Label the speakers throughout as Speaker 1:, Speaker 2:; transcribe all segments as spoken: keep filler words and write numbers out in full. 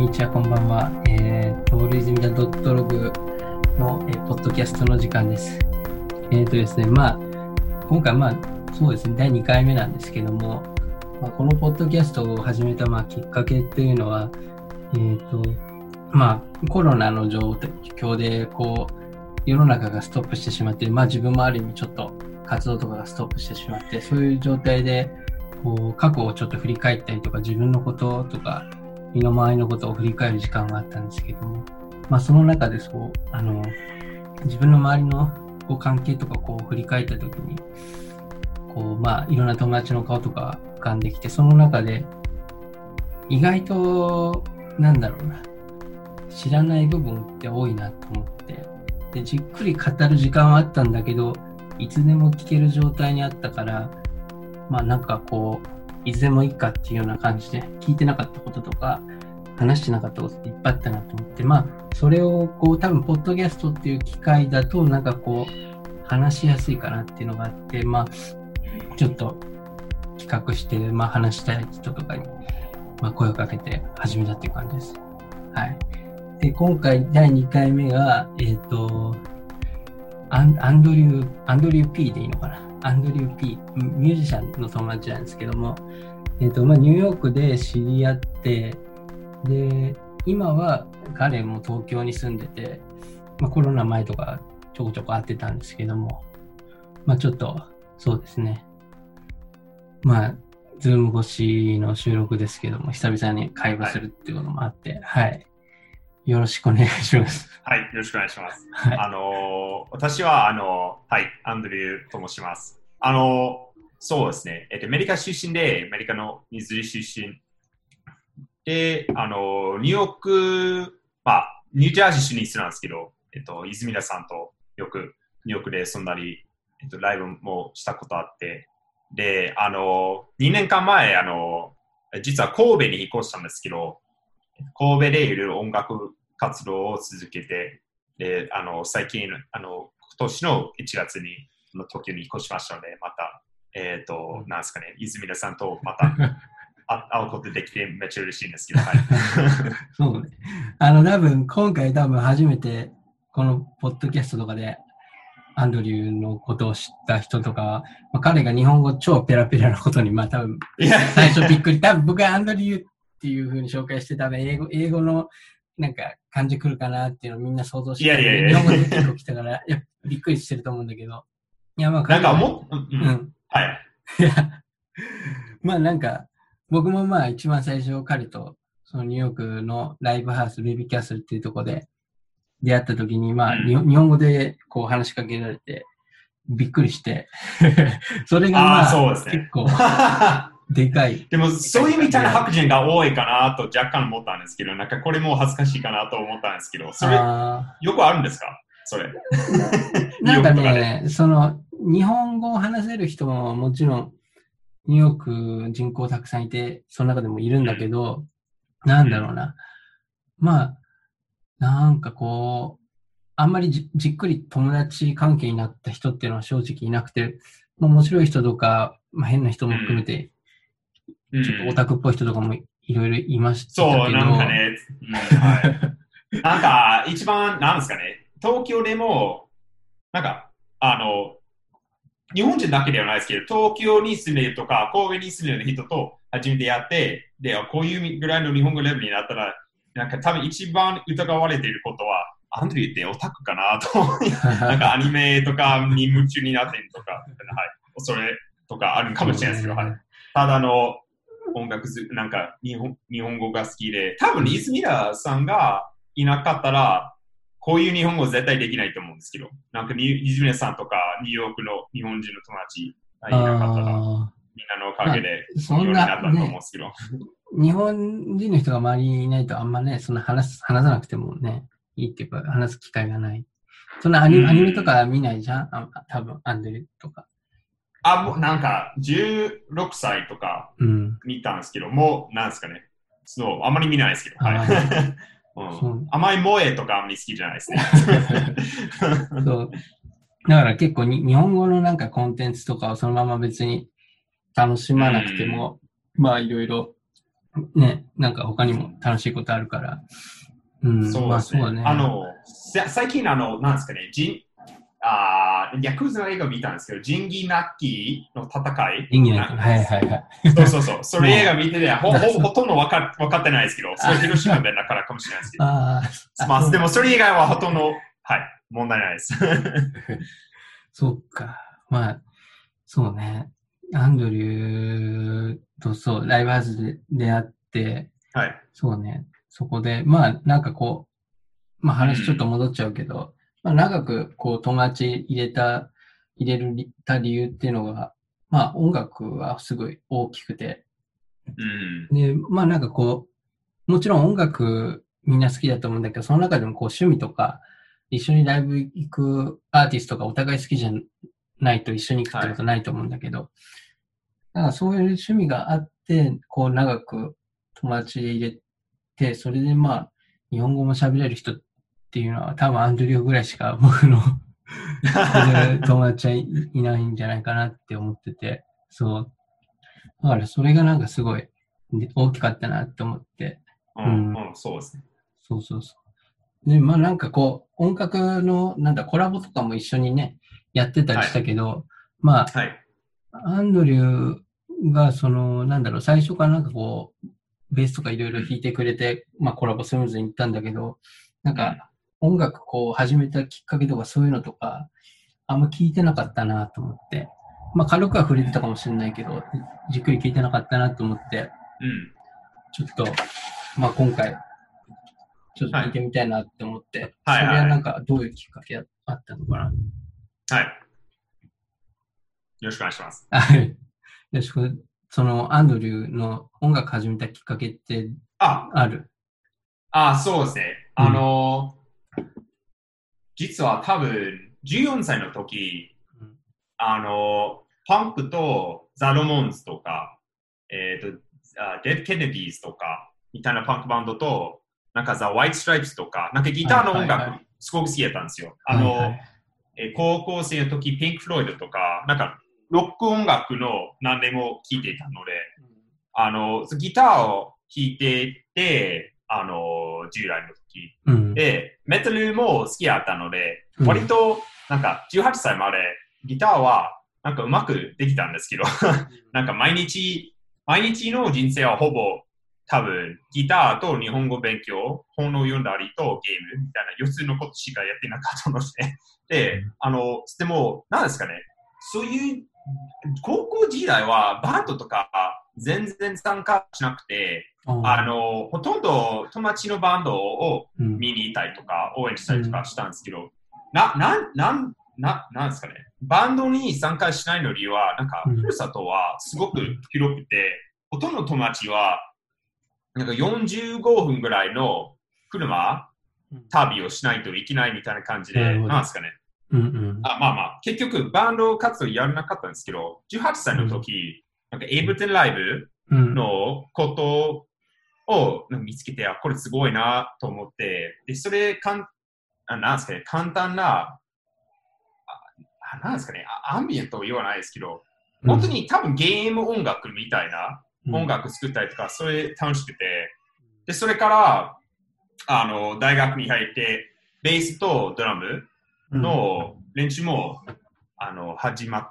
Speaker 1: にちは、こんばんは。えー、トールイズミダドットログの、えー、ポッドキャストの時間です。えっ、ー、とですね、まあ、今回、まあ、そうですね、だいにかいめなんですけども、まあ、このポッドキャストを始めた、まあ、きっかけというのは、えっ、ー、と、まあ、コロナの状況で、こう、世の中がストップしてしまって、まあ、自分もある意味ちょっと活動とかがストップしてしまって、そういう状態で、こう、過去をちょっと振り返ったりとか、自分のこととか、身の回りのことを振り返る時間があったんですけども、まあ、その中でそう、あの、自分の周りのこう関係とかこう振り返ったときに、こう、まあ、いろんな友達の顔とか浮かんできて、その中で、意外と、なんだろうな、知らない部分って多いなと思って、で、じっくり語る時間はあったんだけど、いつでも聞ける状態にあったから、まあなんかこう、いつでもいいかっていうような感じで、聞いてなかったこととか、話してなかったことっていっぱいあったなと思って、まあ、それをこう、多分、ポッドキャストっていう機会だと、なんかこう、話しやすいかなっていうのがあって、まあ、ちょっと企画して、まあ話したい人とかに、まあ声をかけて始めたっていう感じです。はい。で、今回だいにかいめが、えっと、アン、アンドリュー、アンドリュー P でいいのかな。アンドリュー P、ミュージシャンの友達なんですけども、えっと、まあ、ニューヨークで知り合って、で、今は彼も東京に住んでて、まあ、コロナ前とかちょこちょこ会ってたんですけども、まあ、ちょっと、そうですね。まあ、ズーム越しの収録ですけども、久々に会話するっていうこともあって、はい。はい、よろしくお願いします。
Speaker 2: はい、よろしくお願いします。はい、あの、私は、あの、はい、アンドリューと申します。あの、そうですね、えっと、アメリカ出身で、アメリカのミズーリ出身で、あの、ニューヨーク、まあ、ニュージャージー州に住んだんですけど、えっと、泉田さんとよくニューヨークで住んだり、えっと、ライブもしたことあって、で、あの、にねんかんまえ、あの、実は神戸に引っ越したんですけど、神戸でいる音楽活動を続けて、で、あの、最近、あの、今年のいちがつに、の東京に引っ越しましたので、また、えっ、ー、と、なんですかね、泉田さんとまた会うことできてめっちゃ嬉しいんですけど、はい。
Speaker 1: そうね。あの、多分、今回多分初めて、このポッドキャストとかで、アンドリューのことを知った人とか、まあ、彼が日本語超ペラペラなことに、まあ多分、最初びっくり。多分僕はアンドリューっていう風に紹介して、多分英語、英語のなんか感じくるかなっていうのをみんな想像して、
Speaker 2: いやいやいや
Speaker 1: 日本語で結構来たから、いや、びっくりしてると思うんだけど。いや、まあ
Speaker 2: なんかもう、うん、うん。はい。
Speaker 1: いや、まあなんか、僕もまあ一番最初彼と、そのニューヨークのライブハウス、ベビーキャッスルっていうところで出会った時に、まあ、うん、日本語でこう話しかけられて、びっくりして、それがまあ、あそうですね、結構、でかい。
Speaker 2: でも、そういうみたいな白人が多いかなと若干思ったんですけど、なんかこれも恥ずかしいかなと思ったんですけど、それ、よくあるんですかそれ。
Speaker 1: なんかね、その、日本語を話せる人ももちろん、ニューヨーク人口たくさんいて、その中でもいるんだけど、うん、なんだろうな。まあ、なんかこう、あんまり じ, じっくり友達関係になった人っていうのは正直いなくて、まあ、面白い人とか、まあ、変な人も含めて、うん、ちょっとオタクっぽい人とかもいろいろいましたけど。
Speaker 2: そう、なんかね、うんはい、なんか一番、なんですかね、東京でも、なんか、あの、日本人だけではないですけど、東京に住んでいるとか、神戸に住んでいる人と初めてやって、で、こういうぐらいの日本語レベルになったら、なんか多分一番疑われていることは、アンドリューってオタクかなと思い、なんかアニメとかに夢中になっているとか、はい、それとかあるかもしれないですけど、はい、ただの音楽ず、なんか日本、日本語が好きで、多分泉田さんがいなかったら、こういう日本語絶対できないと思うんですけど、なんか泉田さんとかニューヨークの日本人の友達がいなかったら、みんなのおかげでそのようになったと思うんですけど。
Speaker 1: 日本人の人が周りにいないとあんまね、そんな話す、話さなくてもね、いいっていうか、話す機会がない。そんなアニ, アニメとか見ないじゃんあ多分、アンドリューとか。
Speaker 2: あ、もうなんか、じゅうろくさいとか見たんですけど、うん、もう、なんですかね。そう、あんまり見ないですけど。はいうん、甘い萌えとかあんまり好きじゃないですね。
Speaker 1: そうだから結構に日本語のなんかコンテンツとかをそのまま別に楽しまなくても、うん、まあいろいろね、なんか他にも楽しいことあるから。うん、
Speaker 2: そうですね。
Speaker 1: まあそうね。
Speaker 2: あの、最近あの、なんですかね、ジン、あヤクザの映画見たんですけど、仁義なきの戦い。
Speaker 1: 演技ないけど、はいはいはい。
Speaker 2: そうそうそう。それ映画見てて、ほほほとんど分か分かってないですけど、それ広島弁だからかもしれないですけど。
Speaker 1: ああ、
Speaker 2: まあ、でもそれ以外はほとん
Speaker 1: ど。
Speaker 2: ど、はい、問題ないです。
Speaker 1: そうか。まあ、そうね。アンドリューとそう、ライブハウスで出会って、
Speaker 2: はい。
Speaker 1: そうね。そこで、まあ、なんかこう、まあ話ちょっと戻っちゃうけど、まあ長くこう友達入れた、入れるりた理由っていうのが、まあ音楽はすごい大きくて、
Speaker 2: うん。
Speaker 1: で、まあなんかこう、もちろん音楽みんな好きだと思うんだけど、その中でもこう趣味とか、一緒にライブ行くアーティストがお互い好きじゃないと一緒に行くって
Speaker 2: はい。
Speaker 1: ことないと思うんだけど、だからそういう趣味があって、こう長く友達で入れて、それでまあ、日本語も喋れる人っていうのは多分アンドリューぐらいしか僕のいる友達はいいないんじゃないかなって思ってて、そう。だからそれがなんかすごいで大きかったなって思って、
Speaker 2: うん、
Speaker 1: うん、
Speaker 2: うん、そうですね。
Speaker 1: そうそうそう。で、まあなんかこう、音楽の、なんだ、コラボとかも一緒にね、やってたりした
Speaker 2: はい。
Speaker 1: けど、ま
Speaker 2: はい。
Speaker 1: あ、アンドリューが、その、なんだろう、最初からなんかこう、ベースとかいろいろ
Speaker 2: うん。
Speaker 1: 弾いてくれて、まあコラボスムーズにいったんだけど、なん
Speaker 2: うん。
Speaker 1: か、音楽こう始めたきっかけとかそういうのとか、あんま聞いてなかったなと思って。まあ軽くは触れてたかもしれないけど、じっくり聞いてなかったなと思って、
Speaker 2: うん。
Speaker 1: ちょっと、まあ今回、ちょっと
Speaker 2: はい。
Speaker 1: 聞いてみたいなって思って、
Speaker 2: はい。
Speaker 1: それは
Speaker 2: はい。
Speaker 1: なんかどういうきっかけあったのかな。
Speaker 2: はい。よろしくお願いします。
Speaker 1: はい。よしく、そのアンドリューの音楽始めたきっかけって
Speaker 2: あ、
Speaker 1: ある？
Speaker 2: あ、そうですね。あ
Speaker 1: うん。
Speaker 2: の、実は多分、じゅうよんさいの時、あの、パンクとザ・ロモンズとか、えっ、ー、と、デッド・ケネディーズとか、みたいなパンクバンドと、なんかザ・ホワイト・ストライプスとか、なんかギタ
Speaker 1: はい
Speaker 2: ーの音楽、
Speaker 1: はいはい。
Speaker 2: すごく好きだったんですよ。あの、
Speaker 1: はいはい。
Speaker 2: えー高校生の時、ピンク・フロイドとか、なんか、ロック音楽の何でも聴いていたので、あの、ギターを弾いてて、あの、従来の時。
Speaker 1: うん。
Speaker 2: で、メタルも好きだったので、
Speaker 1: うん。
Speaker 2: 割と、なんか、じゅうはっさいまでギターは、なんかうまくできたんですけど、なんか毎日、毎日の人生はほぼ、多分、ギターと日本語勉強、本を読んだりとゲームみたいなよっつのことしかやってなかったので、で、あの、でも、なんですかね、そういう、高校時代はバンドとか全然参加しなくて、
Speaker 1: あ
Speaker 2: あ
Speaker 1: あ。
Speaker 2: の、ほとんど友達のバンドを
Speaker 1: うん。
Speaker 2: 見に行ったりとか、応援したりとか
Speaker 1: うん。
Speaker 2: したんですけど、な、なん、なん、な、なんですかね。バンドに参加しないの理由は、なんか、ふる
Speaker 1: うん。
Speaker 2: さとはすごく
Speaker 1: うん。
Speaker 2: 広くて、ほとんどの友達は、なんかよんじゅうごふんぐらいの車旅をしないといけないみたいな感じで、
Speaker 1: なるほど。
Speaker 2: なんですかね。
Speaker 1: うんうん。
Speaker 2: あまあまあ、結局、バンド活動やらなかったんですけど、じゅうはっさいの
Speaker 1: うん。
Speaker 2: 時、なんか、エイブルトンライブ
Speaker 1: うん。
Speaker 2: のことを見つけて、あ、これすごいなと思って、で、それかん、あなんですかね、簡単な、あなんですかね、アンビエントを言わないですけど、本当
Speaker 1: うん。
Speaker 2: に多分ゲーム音楽みたいな
Speaker 1: うん。
Speaker 2: 音楽作ったりとか、それ楽しくて、で、それから、あの、大学に入って、ベースとドラム
Speaker 1: うん。
Speaker 2: の練習も、あの、始まって、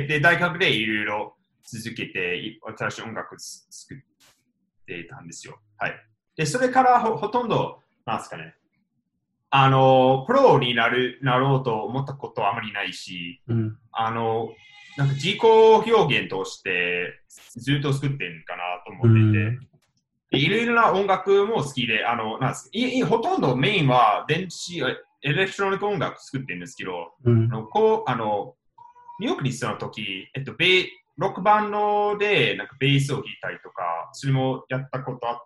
Speaker 2: で、大学でいろいろ続けて、新しい音楽作っていたんですよ。はい。で、それからほほとんど、なんですかね、あの、プロになる、なろうと思ったことはあまりないし、
Speaker 1: うん。
Speaker 2: あの、なんか自己表現としてずっと作ってるかなと思
Speaker 1: う
Speaker 2: っていて、
Speaker 1: ん。
Speaker 2: でいろいろな音楽も好きで、あの、なんですいいほとんどメインは電子、エレクトロニック音楽作ってるんですけど、
Speaker 1: うん。
Speaker 2: あの、こう、あの、ニューヨークに住んだ時、えっと、ベロックバンドでなんかベースを弾いたりとか、それもやったことあって、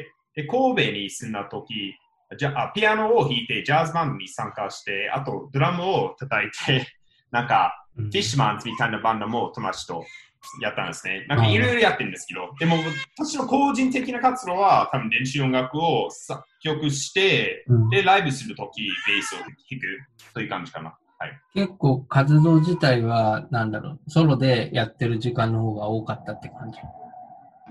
Speaker 2: で、神戸に住んだ時、じゃあ、ピアノを弾いて、ジャズバンドに参加して、あと、ドラムを叩いて、なんか、
Speaker 1: うん。
Speaker 2: フィッシュマンズみたいなバンドも友達とやったんですね。なんか、いろいろ
Speaker 1: あ
Speaker 2: やってるんですけど、でも、私の個人的な活動は、多分、電子音楽を作曲して、
Speaker 1: うん。
Speaker 2: で、ライブするとき、ベースを弾くという感じかな。はい。
Speaker 1: 結構活動自体は、なんだろう、ソロでやってる時間の方が多かったって感じ？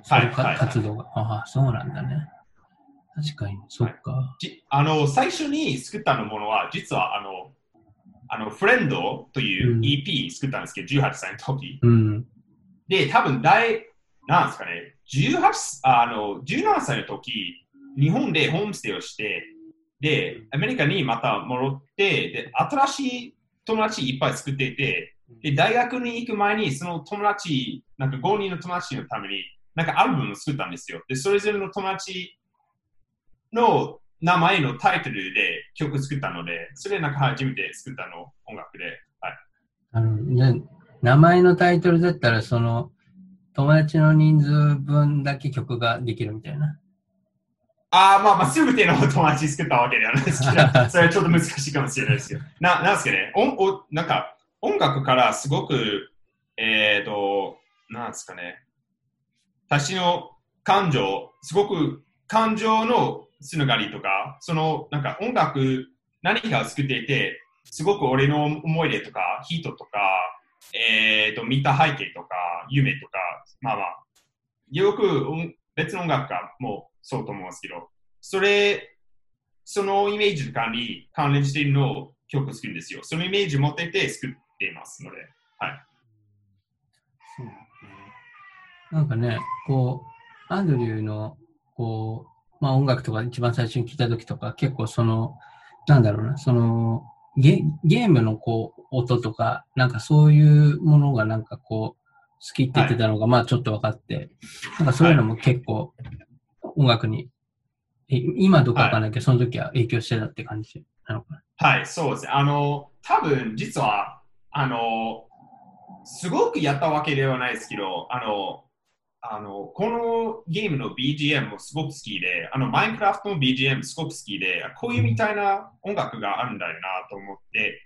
Speaker 1: そういうか、はいはいはい、活動が。ああ、そうなんだね。確かに、そっか。
Speaker 2: はい、あの、最初に作ったのものは、実は、あの、あの、フレンドという イーピー 作ったんですけど、うん、じゅうはっさいの時。
Speaker 1: うん、
Speaker 2: で、多分、大、なんですかね、じゅうはち、あの、じゅうななさいの時、日本でホームステイをして、で、アメリカにまた戻って、で、新しい友達いっぱい作っていて、で、大学に行く前に、その友達、なんかごにんの友達のために、なんかアルバムを作ったんですよ。で、それぞれの友達の名前のタイトルで曲作ったので、それなんか初めて作ったの音楽で。はい。
Speaker 1: あの、名前のタイトルだったら、その、友達の人数分だけ曲ができるみたいな。
Speaker 2: ああ、まあまあ、すべての友達作ったわけではないですけど、それはちょっと難しいかもしれないですよ。な、なんですかね、おおなんか、音楽からすごく、えっ、ー、と、なんですかね、私の感情、すごく感情のつながりとか、その、なんか音楽、何かを作っていて、すごく俺の思い出とか、人とか、えっ、ー、と、見た背景とか、夢とか、まあまあ、よく別の音楽がもうそうと思うんですけど、それ、そのイメージとかに関連しているのを曲作るんですよ。そのイメージを持っていて作っていますので、はい。
Speaker 1: そうね。なんかね、こう、アンドリューの、こう、まあ音楽とか一番最初に聞いた時とか、結構その、なんだろうな、その、ゲゲームのこう、音とか、なんかそういうものがなんかこう、好きって言ってたのが、まあちょっと分かって、なんかそういうのも結構音楽に、今どうかわかんないけど、その時は影響してたって感じなのかな。
Speaker 2: はい、そうですね。あの、多分実は、あの、すごくやったわけではないですけど、あの、あの、このゲームの ビージーエム もすごく好きで、あの、マインクラフトの ビージーエム すごく好きで、こういうみたいな音楽があるんだよなと思って、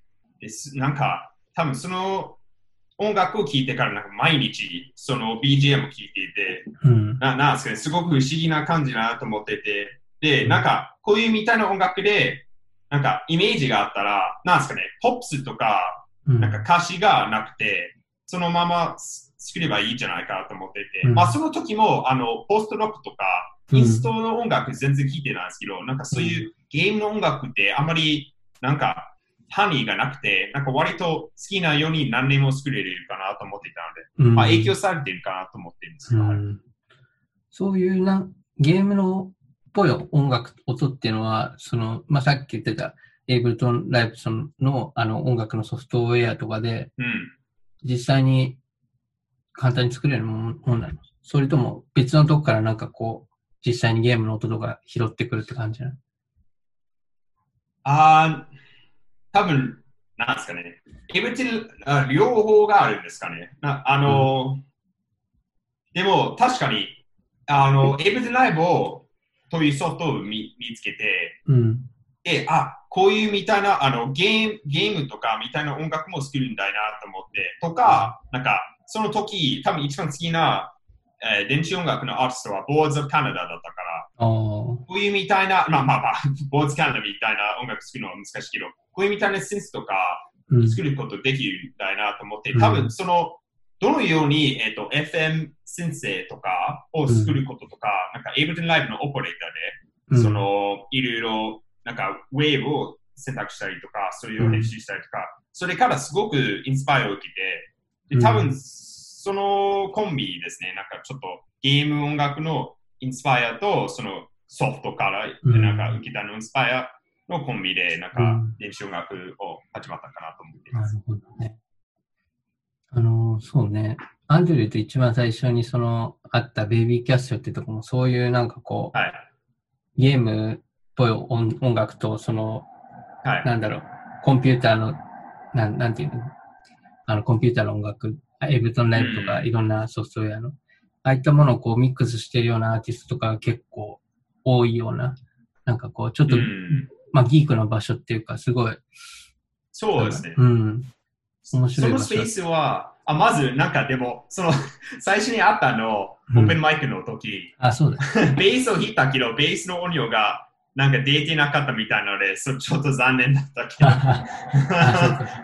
Speaker 2: ですなんか、多分その音楽を聴いてからなんか毎日その ビージーエム を聴いていて、
Speaker 1: うん、
Speaker 2: ななんですかね、すごく不思議な感じだなと思ってて、で、なんか、こういうみたいな音楽で、なんかイメージがあったら、なんですかね、ポップスとか、なんか歌詞がなくて、そのまま作ればいいじゃないかと思っていて、うん、まあその時も、あの、ポストロックとか、インストの音楽全然聴いてないんですけど、なんかそういうゲームの音楽ってあんまり、なんか、範囲がなくて、なんか割と好きなように何年も作れるかなと思っていたので、うん、まあ影響されているかなと思っているんですよ、うん、
Speaker 1: そういうなゲームのっぽい音楽、音っていうのは、その、まあ、さっき言ってたエイブルトン・ライプソンのあの音楽のソフトウェアとかで、うん、実際に簡単に作れるものなの？それとも別のとこからなんかこう、実際にゲームの音とか拾ってくるって感じなの？
Speaker 2: あー、多分、なんですかね。エブティル、両方があるんですかね。なあの、うん、でも確かに、あの、エブティルライブをというソフトを見見つけて、うん、で、あ、こういうみたいな、あの、ゲーム、ゲームとかみたいな音楽も作るんだなと思って、とか、なんか、その時、多分一番好きな、えー、電子音楽のアーティストは Boards of Canada だったから、こういうみたいな、まあまあまあ、Boards Canada みたいな音楽作るのは難しいけど、こういうみたいなセンスとか作ることできるんだなと思って、うん、多分その、どのように、えっ、ー、と、エフエム 先生とかを作ることとか、うん、なんか Ableton Live のオペレーターで、うん、その、いろいろ、なんか、ウェーブを選択したりとか、それを編集したりとか、うん、それからすごくインスパイアを受けて、で、多分、そのコンビですね、なんかちょっとゲーム音楽のインスパイアと、そのソフトから、なんか受けたのインスパイアのコンビで、なんか電子音楽を始まったかなと思っています。
Speaker 1: なるほどね。あの、そうね。アンドリューと一番最初にその、あったベイビーキャッシュってとこも、そういうなんかこう、はい、ゲームっぽい 音, 音楽と、その、はい、なんだろう、コンピューターの、なん、なんていうの、あの、コンピューターの音楽、エブトンライブとかいろんなソフトウェアの、うん、ああいったものをこうミックスしてるようなアーティストとかが結構多いような、なんかこう、ちょっと、うん、まあギークの場所っていうか、すごい。
Speaker 2: そうですね。
Speaker 1: うん。面白い場所。
Speaker 2: そのスペースは、あ、まずなんかでも、その、最初にあったの、オープンマイクの時、
Speaker 1: うん、あ、そうだ。
Speaker 2: ベースを弾いたけど、ベースの音量がなんか出てなかったみたいなので、そちょっと残念だったけど。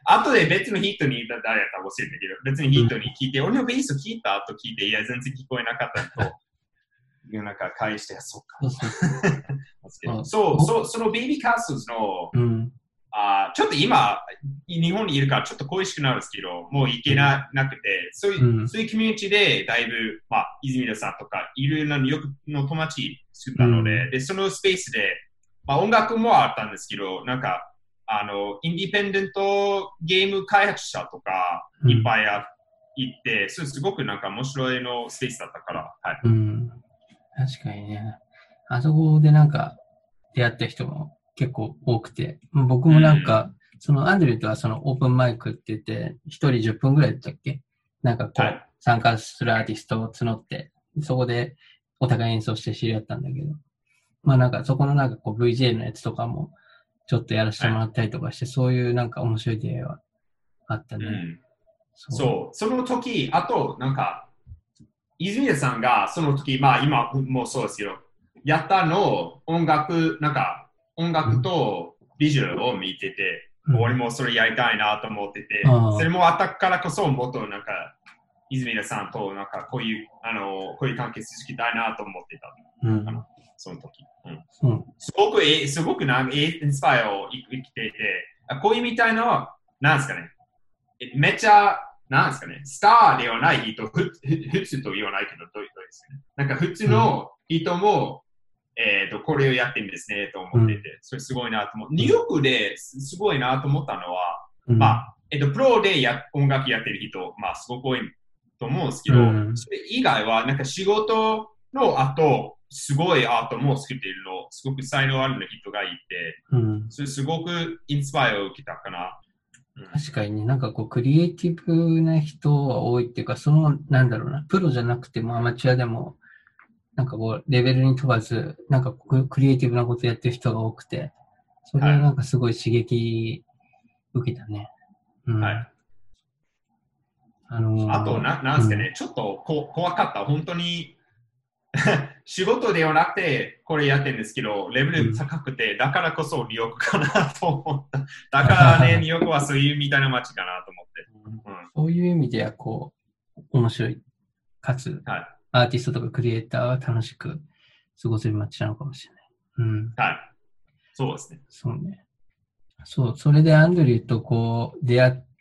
Speaker 2: 後で別の人に誰やったら教えてけど、別の人に聞いて、俺のベースを聞いたと聞いて、いや、全然聞こえなかったと。なんか返して、そうか。そう、そう、そのベイビーカッスルの、うん、あちょっと今、日本にいるからちょっと恋しくなるんですけど、もう行けな,、なくて、そういう、うん、そういうコミュニティでだいぶ、まあ、泉田さんとか、いろいろなよくの友達作ったので、うん、で、そのスペースで、まあ、音楽もあったんですけど、なんか、あの、インディペンデントゲーム開発者とか、いっぱい行って、うん、それすごくなんか面白いのスペースだったから、はい。
Speaker 1: うん、確かにね。あそこでなんか出会った人も結構多くて、僕もなんか、うん、そのアンドリューとはそのオープンマイクって言って、一人じゅっぷんぐらいだったっけなんかこう、はい、参加するアーティストを募って、そこでお互い演奏して知り合ったんだけど、まあなんかそこのなんかこう ブイジェー のやつとかもちょっとやらせてもらったりとかして、はい、そういうなんか面白い出会いはあったね。うん、
Speaker 2: そう、そう、その時、あとなんか、泉谷さんがその時、まあ今もそうですけど、やったのを音楽、なんか音楽とビジュアルを見てて、うん、俺もそれやりたいなと思ってて、それもあったからこそもっとなんか、泉谷さんとなんかこういう、あの、こういう関係築きたいなと思ってた。うん、その時、うんうん。すごく、すごくなんかインスパイアを生きていて、こういうみたいな、なんですかね、めっちゃ、なんですかね、スターではない人、ふ普通と言わないけど、どういうことですかね。なんか普通の人も、うん、えっ、ー、と、これをやってるんですね、と思ってて、うん、それすごいなと思う。ニューヨークですごいなと思ったのは、うん、まあ、えっ、ー、と、プロでや音楽やってる人、まあ、すごく多いと思うんですけど、うん、それ以外は、なんか仕事の後、すごいアートも作っているの、すごく才能ある人がいて、うん、それすごくインスパイアを受けたかな。
Speaker 1: 確かにね、なんかこう、クリエイティブな人は多いっていうか、その、なんだろうな、プロじゃなくてもアマチュアでも、なんかこう、レベルに問わず、なんかクリエイティブなことやってる人が多くて、それはなんかすごい刺激受けたね。うん。はい。
Speaker 2: あのー、あと、な、なんですかね、うん、ちょっとこ怖かった。本当に、仕事ではなくて、これやってるんですけど、レベル高くて、うん、だからこそニューヨークかなと思った。だからね、ニューヨークはそういうみたいな街かなと思って。
Speaker 1: うん、そういう意味では、こう、面白い。かつ、はい、アーティストとかクリエイターは楽しく過ごせる街なのかもしれない。うん。
Speaker 2: はい。そうですね。
Speaker 1: そうね。そう、それでアンドリューとこう、出会って、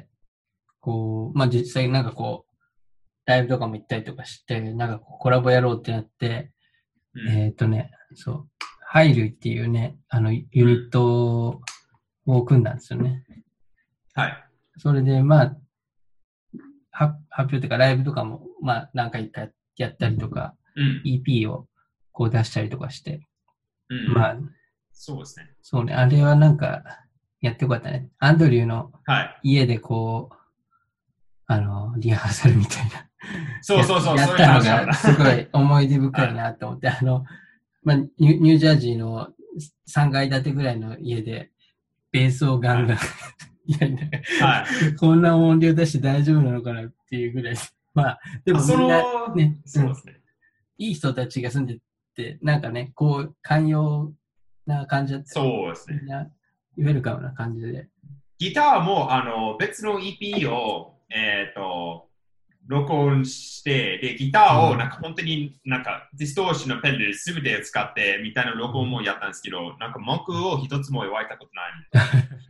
Speaker 1: こう、まあ、実際なんかこう、ライブとかも行ったりとかして、なんかこうコラボやろうってなって、うん、えっ、ー、とね、そう、ハイルっていうね、あの、ユニットを組んだんですよね。
Speaker 2: はい。
Speaker 1: それで、まあ、発表というかライブとかも、まあ、何回かやったりとか、うん、イーピー をこう出したりとかして、うん、まあ、
Speaker 2: そうですね。
Speaker 1: そうね、あれはなんか、やってよかったね。アンドリューの家でこう、はい、あの、リハーサルみたいな。
Speaker 2: そうそうそう、
Speaker 1: やったのがすごい思い出深いなと思って、はい、あの、まあニュ、ニュージャージーのさんがい建てぐらいの家で、ベースをガンガン、はい、やりながら、はい、こんな音量出して大丈夫なのかなっていうぐらい。まあ、でもみんなね、
Speaker 2: そうですね、うん。
Speaker 1: いい人たちが住んでて、なんかね、こう、寛容な感じだった。
Speaker 2: そうですね。
Speaker 1: みんな、ウェルカムな感じで。
Speaker 2: ギターも、あの、別の イーピー を、えっ、ー、と、録音して、で、ギターをなんか本当になんかディストーションのペンで全て使ってみたいな録音もやったんですけど、なんか文句を一つも言われたことない。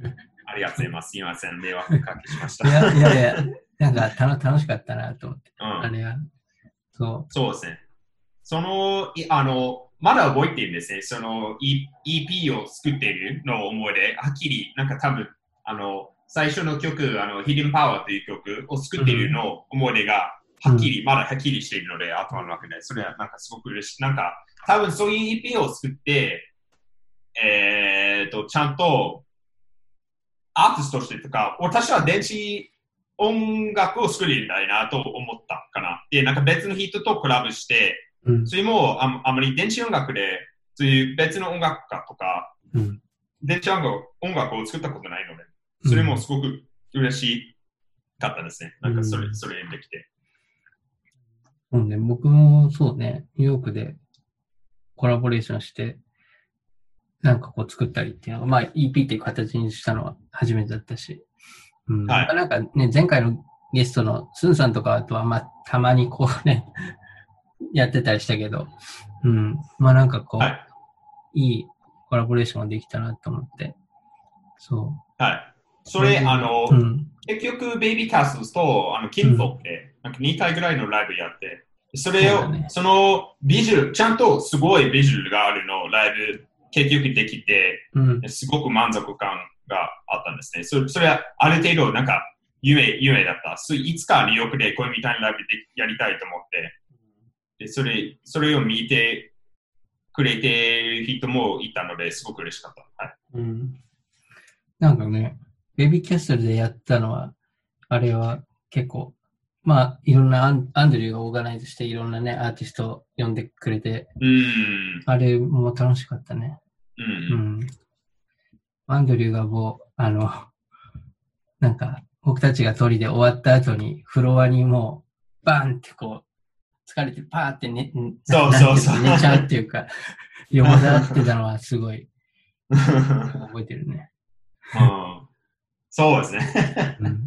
Speaker 2: ありがとうございます。すいません。迷惑かけしました。
Speaker 1: いやいやいや、なんかたの楽しかったなと思って。うん、あれは。
Speaker 2: そう。そうですね。その、あの、まだ覚えてるんですね。その イーピー を作っているのを思い出、はっきり、なんか多分、あの、最初の曲、あの、Hidden Power という曲を作っているの思い出が、はっきり、うん、まだはっきりしているので、頭の中で、それはなんかすごく嬉しい。なんか、多分そういう イーピー を作って、えー、っと、ちゃんと、アーティストとしてとか、私は電子音楽を作りたいなと思ったかな。で、なんか別の人とコラボして、うん、それもああまり電子音楽で、そういう別の音楽家とか、うん、電子音楽音楽を作ったことないので、それもすごく嬉しかったですね。うん、なんかそれ、それできて。
Speaker 1: そうね、僕もそうね、ニューヨークでコラボレーションして、なんかこう作ったりっていうのが、まあ イーピー っていう形にしたのは初めてだったし、 うん。
Speaker 2: はい
Speaker 1: まあなんかね、前回のゲストのスンさんとかとは、まあ、たまにこうね、やってたりしたけど、うん。まあなんかこう、
Speaker 2: はい。
Speaker 1: いいコラボレーションができたなと思って。そ
Speaker 2: はい。
Speaker 1: う。
Speaker 2: それ、あの、
Speaker 1: うん。
Speaker 2: 結局、ベイビーキャスルと、あの、キンフォークで、なんかにかいぐらいのライブやって、それを、
Speaker 1: そうだね。
Speaker 2: そのビジュアル、ちゃんとすごいビジュアルがあるのライブ、結局できて、
Speaker 1: うん。
Speaker 2: すごく満足感があったんですね。そそれは、ある程度、なんか、夢、夢だった。そいつかニューヨークでこういうみたいなライブでやりたいと思って、で、それ、それを見てくれてる人もいたので、すごく嬉しかった。はい。
Speaker 1: うん。なんかね、ベビーキャッスルでやったのは、あれは結構、まあ、いろんなアン、アンドリューがオーガナイズして、いろんなね、アーティストを呼んでくれて、
Speaker 2: うん。
Speaker 1: あれも楽しかったね。
Speaker 2: う。
Speaker 1: うんん。アンドリューがもう、あの、なんか、僕たちが鳥で終わった後に、フロアにもう、バーンってこう、疲れてパーって寝、
Speaker 2: そうそうそう。
Speaker 1: 寝ちゃうっていうか、横だってたのはすごい覚えてるね。
Speaker 2: うん、そうですね。
Speaker 1: うん、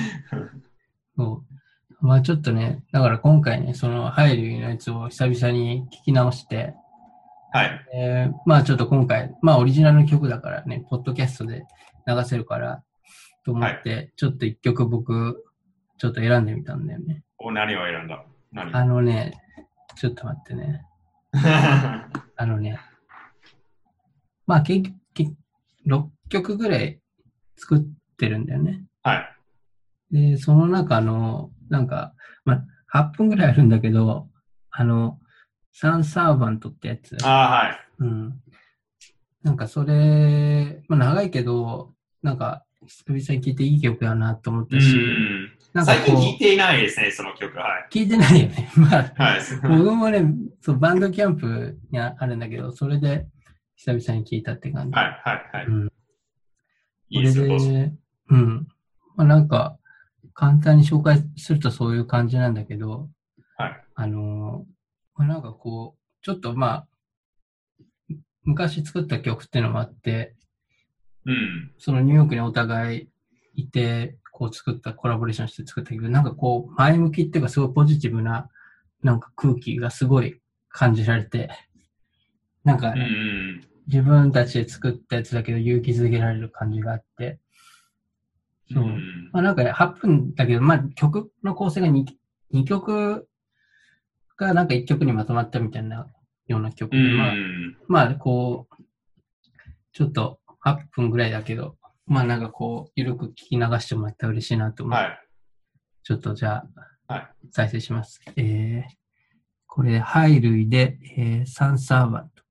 Speaker 1: そうまあちょっとね、だから今回ね、そのハイリューのやつを久々に聞き直して、
Speaker 2: はい。
Speaker 1: えー、まあちょっと今回、まあオリジナルの曲だからね、ポッドキャストで流せるから、と思って、はい、ちょっと一曲僕、ちょっと選んでみたんだよね。
Speaker 2: お、何を選んだ何
Speaker 1: あのね、ちょっと待ってね。あのね、まあ結局、ろっきょくぐらい作ってるんだよね。
Speaker 2: はい。
Speaker 1: で、その中の、なんか、まあ、はっぷんぐらいあるんだけど、あの、サンサーバントってやつ。
Speaker 2: ああ、はい。
Speaker 1: うん。なんかそれ、まあ長いけど、なんか、久々に聴いていい曲やなと思ったし、
Speaker 2: なんか最近聴いていないですね、その曲。はい。
Speaker 1: 聴いてないよね。まあ、
Speaker 2: はい、
Speaker 1: 僕もねそう、バンドキャンプにあるんだけど、それで久々に聴いたって感じ。
Speaker 2: はい、はい、はい。うん、
Speaker 1: いいですね、それで、うん。まあなんか、簡単に紹介するとそういう感じなんだけど、
Speaker 2: はい。
Speaker 1: あの、まあ、なんかこう、ちょっとまあ、昔作った曲っていうのもあって、
Speaker 2: うん、
Speaker 1: そのニューヨークにお互いいて、こう作った、コラボレーションして作ったけど、なんかこう、前向きっていうかすごいポジティブな、なんか空気がすごい感じられて、なんか、ね、うん、自分たちで作ったやつだけど勇気づけられる感じがあって、そう。うん、まあなんか、ね、はっぷんだけど、まあ曲の構成が 2, 2曲がなんかいっきょくにまとまったみたいなような曲で、うん、まあ、まあこう、ちょっとはっぷんぐらいだけど、まあなんかこう、ゆるく聞き流してもらったら嬉しいなと思って、はい、ちょっとじゃあ、はい、再生します。えー、これ、ハイ類で、えー、サンサーバント。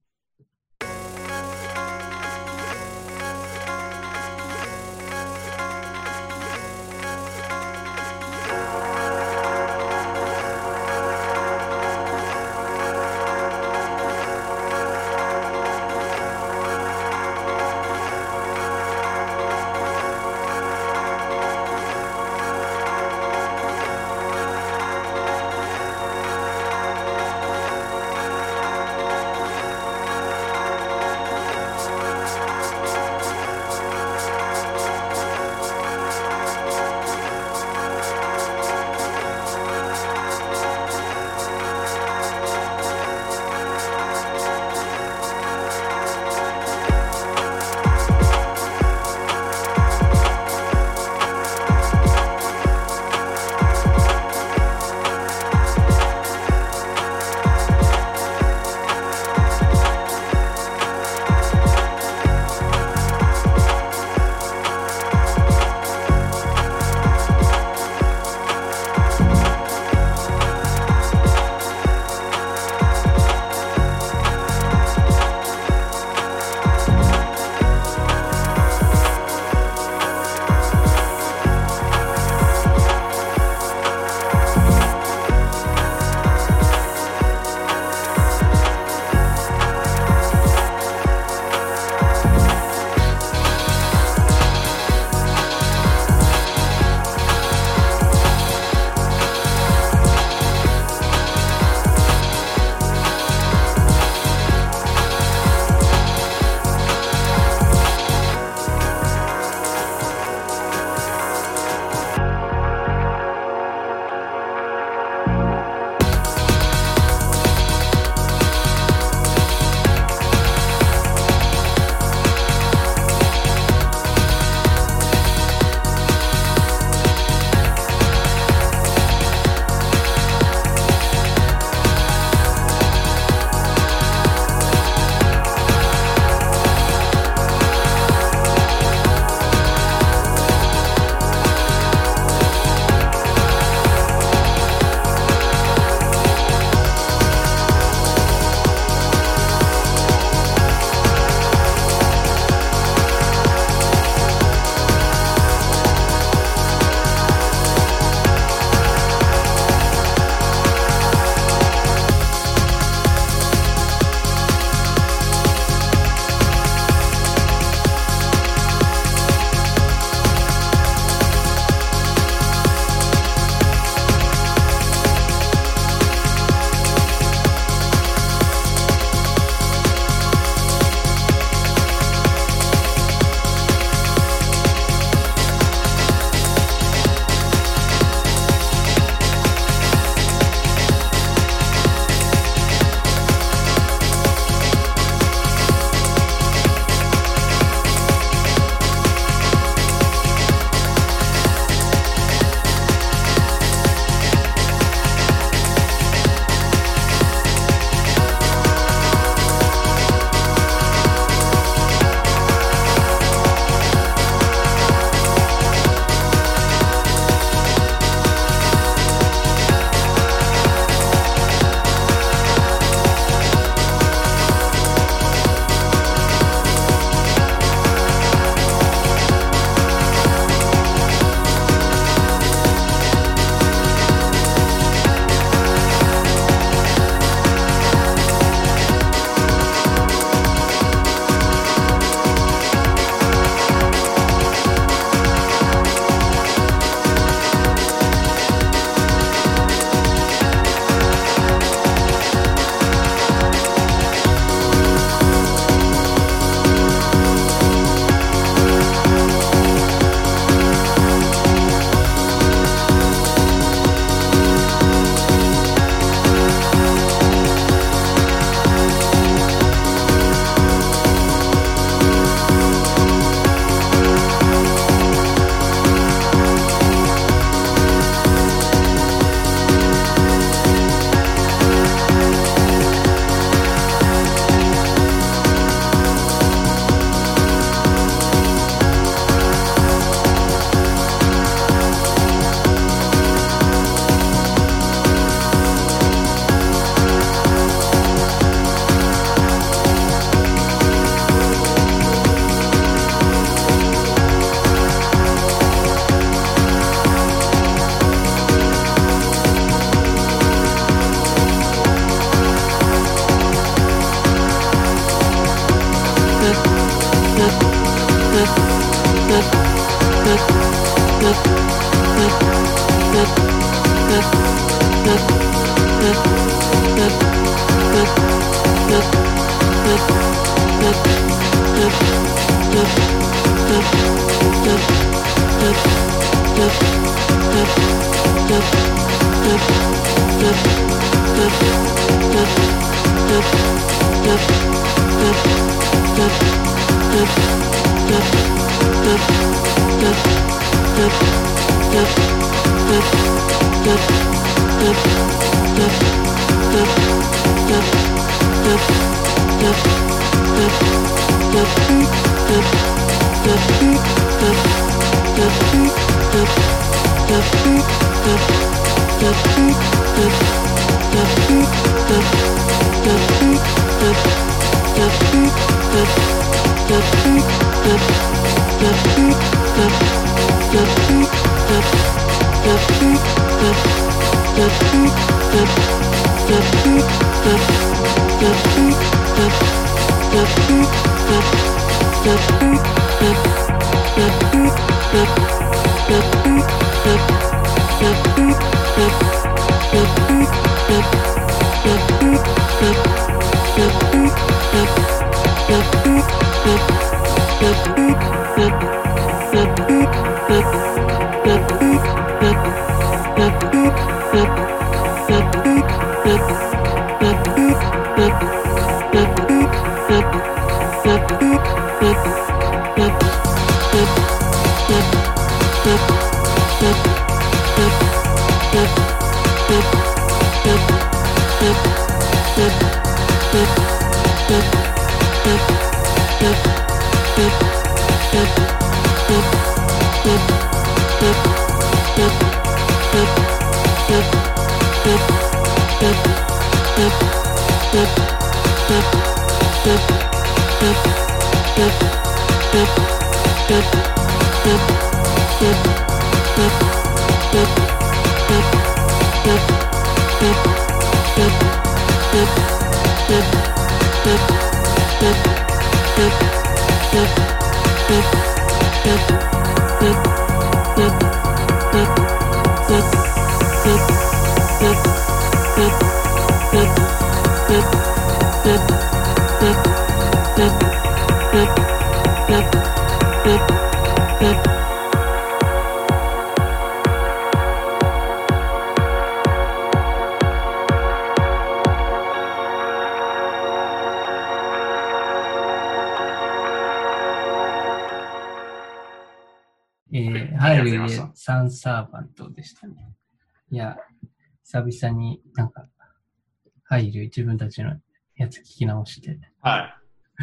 Speaker 1: えー、ハイルでサンサーバントでしたね。いや、久々になんか、ハイル自分たちのやつ聞き直して、
Speaker 2: はい。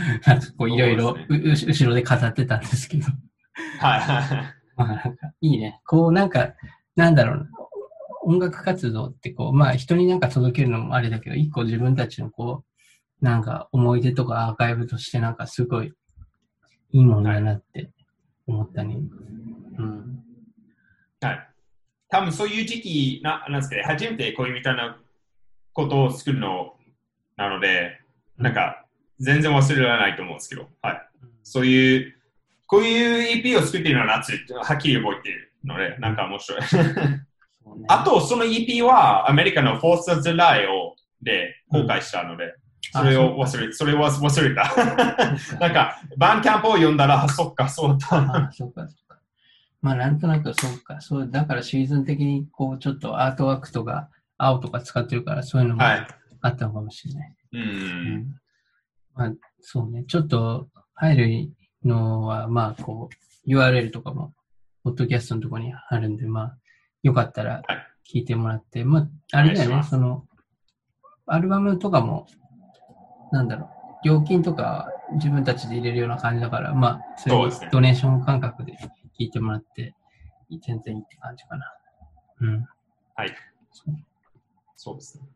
Speaker 1: なんかこういろいろ後ろで語ってたんですけど。
Speaker 2: はいはい。
Speaker 1: まあなんかいいね。こうなんか、なんだろうな。音楽活動ってこう、まあ人になんか届けるのもあれだけど、一個自分たちのこう、なんか思い出とかアーカイブとしてなんかすごいいいものだなって思ったね。うん。
Speaker 2: はい。多分そういう時期な、なんですかね、初めてこういうみたいなことを作るのなので、なんか全然忘れられないと思うんですけど、はい。そういう、こういう イーピー を作っているのは夏、はっきり覚えているので、なんか面白い。ね、あと、その イーピー はアメリカの フォース of July をで公開したので、うん、それを忘れ、それは忘れた。なんか、バンキャンプを読んだら、あ、そっか、そうだ。
Speaker 1: あ、そっか、そっか。まあ、なんとなくそうか。そう、だからシーズン的に、こう、ちょっとアートワークとか、青とか使ってるから、そういうのもあったのかもしれない。
Speaker 2: はい、うん、うん。
Speaker 1: まあ、そうね。ちょっと入るのは、まあ、こう、ユーアールエル とかも、ポッドキャストのところにあるんで、まあ、よかったら聞いてもらって、はい、まあ、あれだよね、その、アルバムとかも、なんだろう、料金とか自分たちで入れるような感じだから、まあ、そういうドネーション感覚で聞いてもらって、全然いいって感じかな。うん。
Speaker 2: はい。そう、そうですね。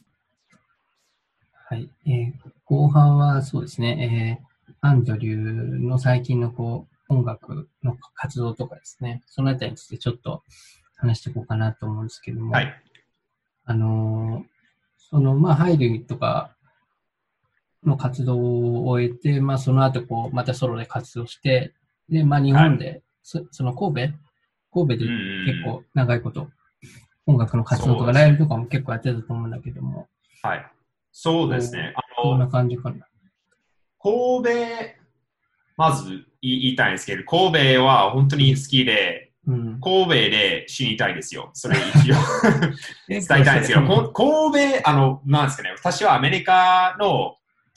Speaker 1: はい。えー、後半はそうですね、えー、アンドリューの最近のこう、音楽の活動とかですね、そのあたりについてちょっと話していこうかなと思うんですけども、
Speaker 2: はい。
Speaker 1: あのー、その、まあ、ハイルとかの活動を終えて、まあ、その後こう、またソロで活動して、で、まあ、日本で、はい、そ, その神戸神戸で結構長いこと、音楽の活動とかライブとかも結構やってたと思うんだけども。
Speaker 2: はい。そうですね。
Speaker 1: あの、こんな感じかな。
Speaker 2: 神戸、まず言いたいんですけど、神戸は本当に好きで、うん、神戸で死にたいですよ。それ一応伝えたいんですけど、神戸、あの、なんですかね、私はアメリカの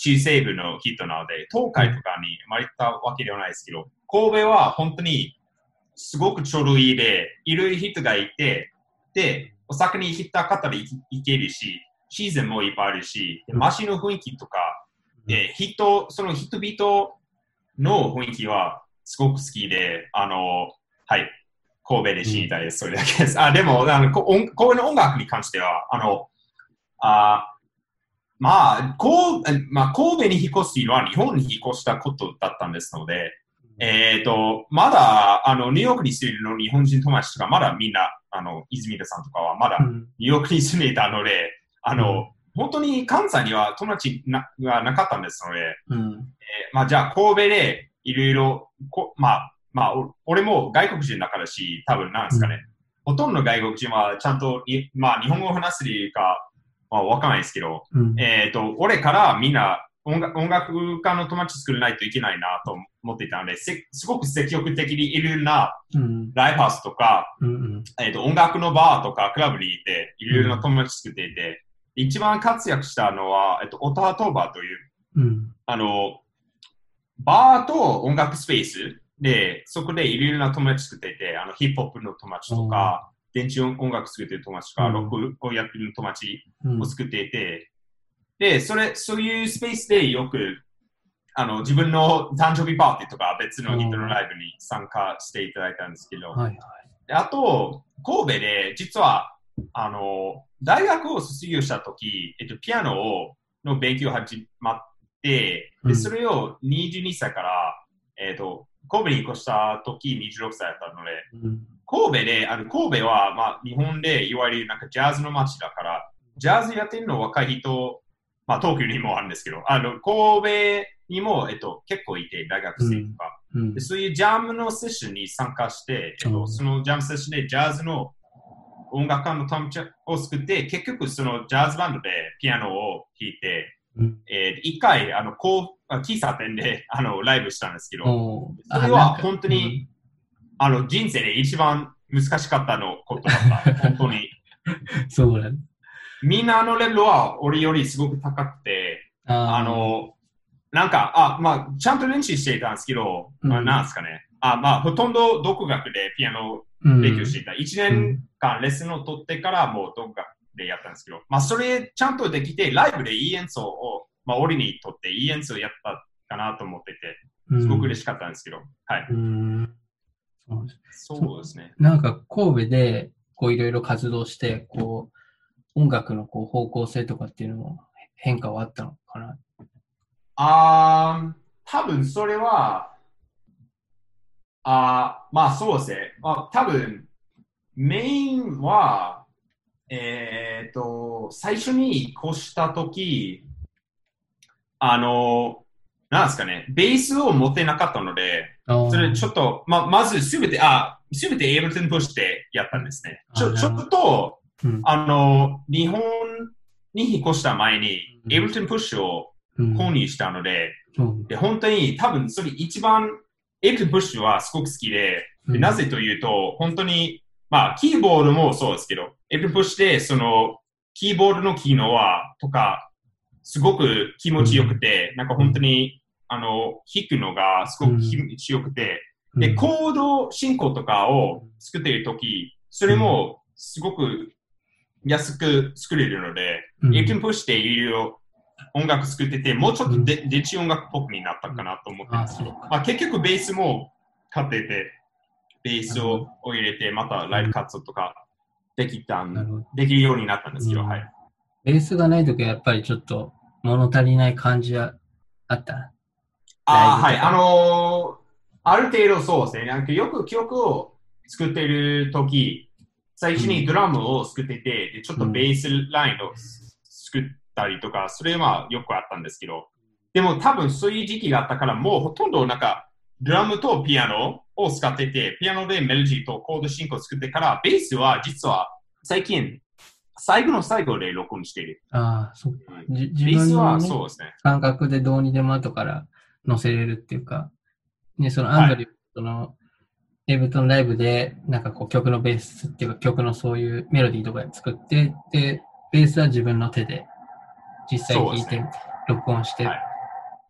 Speaker 2: 中西部の人なので、東海とかに生まれたわけではないですけど、神戸は本当にすごくちょうどいいで、いろいろ人がいて、で、お酒に行った方で行けるし、シーズンもいっぱいあるし、街の雰囲気とか、で人、その人々の雰囲気はすごく好きで、あの、はい、神戸で死にたいです。それだけです。あ、でも、あの神戸の音楽に関しては、あの、あまあ、こうまあ、神戸に引っ越すというのは日本に引っ越したことだったんですので、えっ、ー、と、まだ、あの、ニューヨークに住んでるの日本人友達とか、まだみんな、あの、泉田さんとかはまだニューヨークに住んでいたので、あの、うん、本当に関西には友達ながなかったんですので、うん、えー、まあ、じゃあ神戸でいろいろ、まあ、まあ、俺も外国人だからし、多分なんですかね、うん、ほとんどの外国人はちゃんと、まあ、日本語を話すというか、まあ、わかんないですけど、うん、えっ、ー、と、俺からみんな音楽、音楽家の友達作らないといけないなと思っていたので、すごく積極的にいろんなライブハウスとか、うん、えーと、音楽のバーとかクラブにいて、いろいろな友達作っていて、うん、一番活躍したのは、えっ、ー、と、オタハトーバーという、うん、あの、バーと音楽スペースで、そこでいろいろな友達作っていて、あの、ヒップホップの友達とか、電池音楽作っている友達とか、うん、ロックをやっている友達を作っていて、うん、で、それ、そういうスペースでよく、あの、自分の誕生日パーティーとか別の人のライブに参加していただいたんですけど、うん、はいはい、であと、神戸で、実は、あの、大学を卒業したとき、えっと、ピアノを、の勉強始まって、で、それをにじゅうにさいから、えっと、神戸に越したときにじゅうろくさいだったので、うん、神戸で、あの、神戸は、まあ、日本でいわゆるなんかジャズの街だから、ジャズやってるの若い人、まあ、東京にもあるんですけど、あの、神戸にも、えっと、結構いて、大学生とか、うんうん、で。そういうジャムのセッションに参加して、えっと、うん、そのジャムセッションでジャズの音楽家の友達を作って、結局そのジャズバンドでピアノを弾いて、うん、えー、一回、あの、こう、喫茶店で、あの、ライブしたんですけど、それは本当に、あの、人生で一番難しかったのことだった。本当に。
Speaker 1: そうだね。
Speaker 2: みんなのレベルは俺よりすごく高くて、あ, あの、なんか、あ、まあ、ちゃんと練習していたんですけど、うん、まあ、なんですかね。あ、まあ、ほとんど独学でピアノを勉強していた。いちねんかんレッスンを取ってからもう独学でやったんですけど、まあ、それちゃんとできて、ライブでいい演奏を、まあ、俺にとっていい演奏をやったかなと思ってて、すごく嬉しかったんですけど、はい。
Speaker 1: うん
Speaker 2: そうですね。
Speaker 1: なんか神戸でこういろいろ活動して、こう音楽のこう方向性とかっていうのも変化はあったのかな？
Speaker 2: あー、多分それは、あまあそうですね。まあ、多分メインは、えっ、ー、と、最初に越したとき、あの、なんですかね、ベースを持ってなかったので、それちょっと、ま、まずすべて、あ、すべてエイブルトンプッシュでやったんですね。ちょ、ちょっと、うん、あの、日本に引っ越した前に、エイブルトンプッシュを購入したので、うん、で、本当に多分それ一番、エイブルトンプッシュはすごく好きで、でなぜというと、本当に、まあ、キーボードもそうですけど、エイブルトンプッシュで、その、キーボードの機能は、とか、すごく気持ちよくて、うん、なんか本当に、あの、弾くのがすごく気持ちよくて、うん、で、コード進行とかを作っているとき、それもすごく安く作れるので、うん、エイブルトンプッシュでいろいろ音楽作ってて、もうちょっとで、うん、電子音楽っぽくになったかなと思ってるんですけど、まあ、結局ベースも買ってて、ベースを入れて、またライブ活動とかできたん、できるようになったんですけど、うん、はい。
Speaker 1: ベースがないときはやっぱりちょっと物足りない感じはあった？
Speaker 2: ああ、はい。あのー、ある程度そうですね。なんかよく曲を作っているとき、最初にドラムを作ってて、でちょっとベースラインを作ったりとか、それはよくあったんですけど、でも多分そういう時期があったから、もうほとんどなんか、ドラムとピアノを使ってて、ピアノでメロディーとコード進行を作ってから、ベースは実は最近、最後の最後で録音している。
Speaker 1: ああ、そう。
Speaker 2: じ自分の、ね、そうですね、
Speaker 1: 感覚でどうにでも後から載せれるっていうか、ね、そのアンドリューのエイブルトンライブで、なんかこう曲のベースっていうか曲のそういうメロディーとか作って、で、ベースは自分の手で実際弾いて、ね、録音して、はい、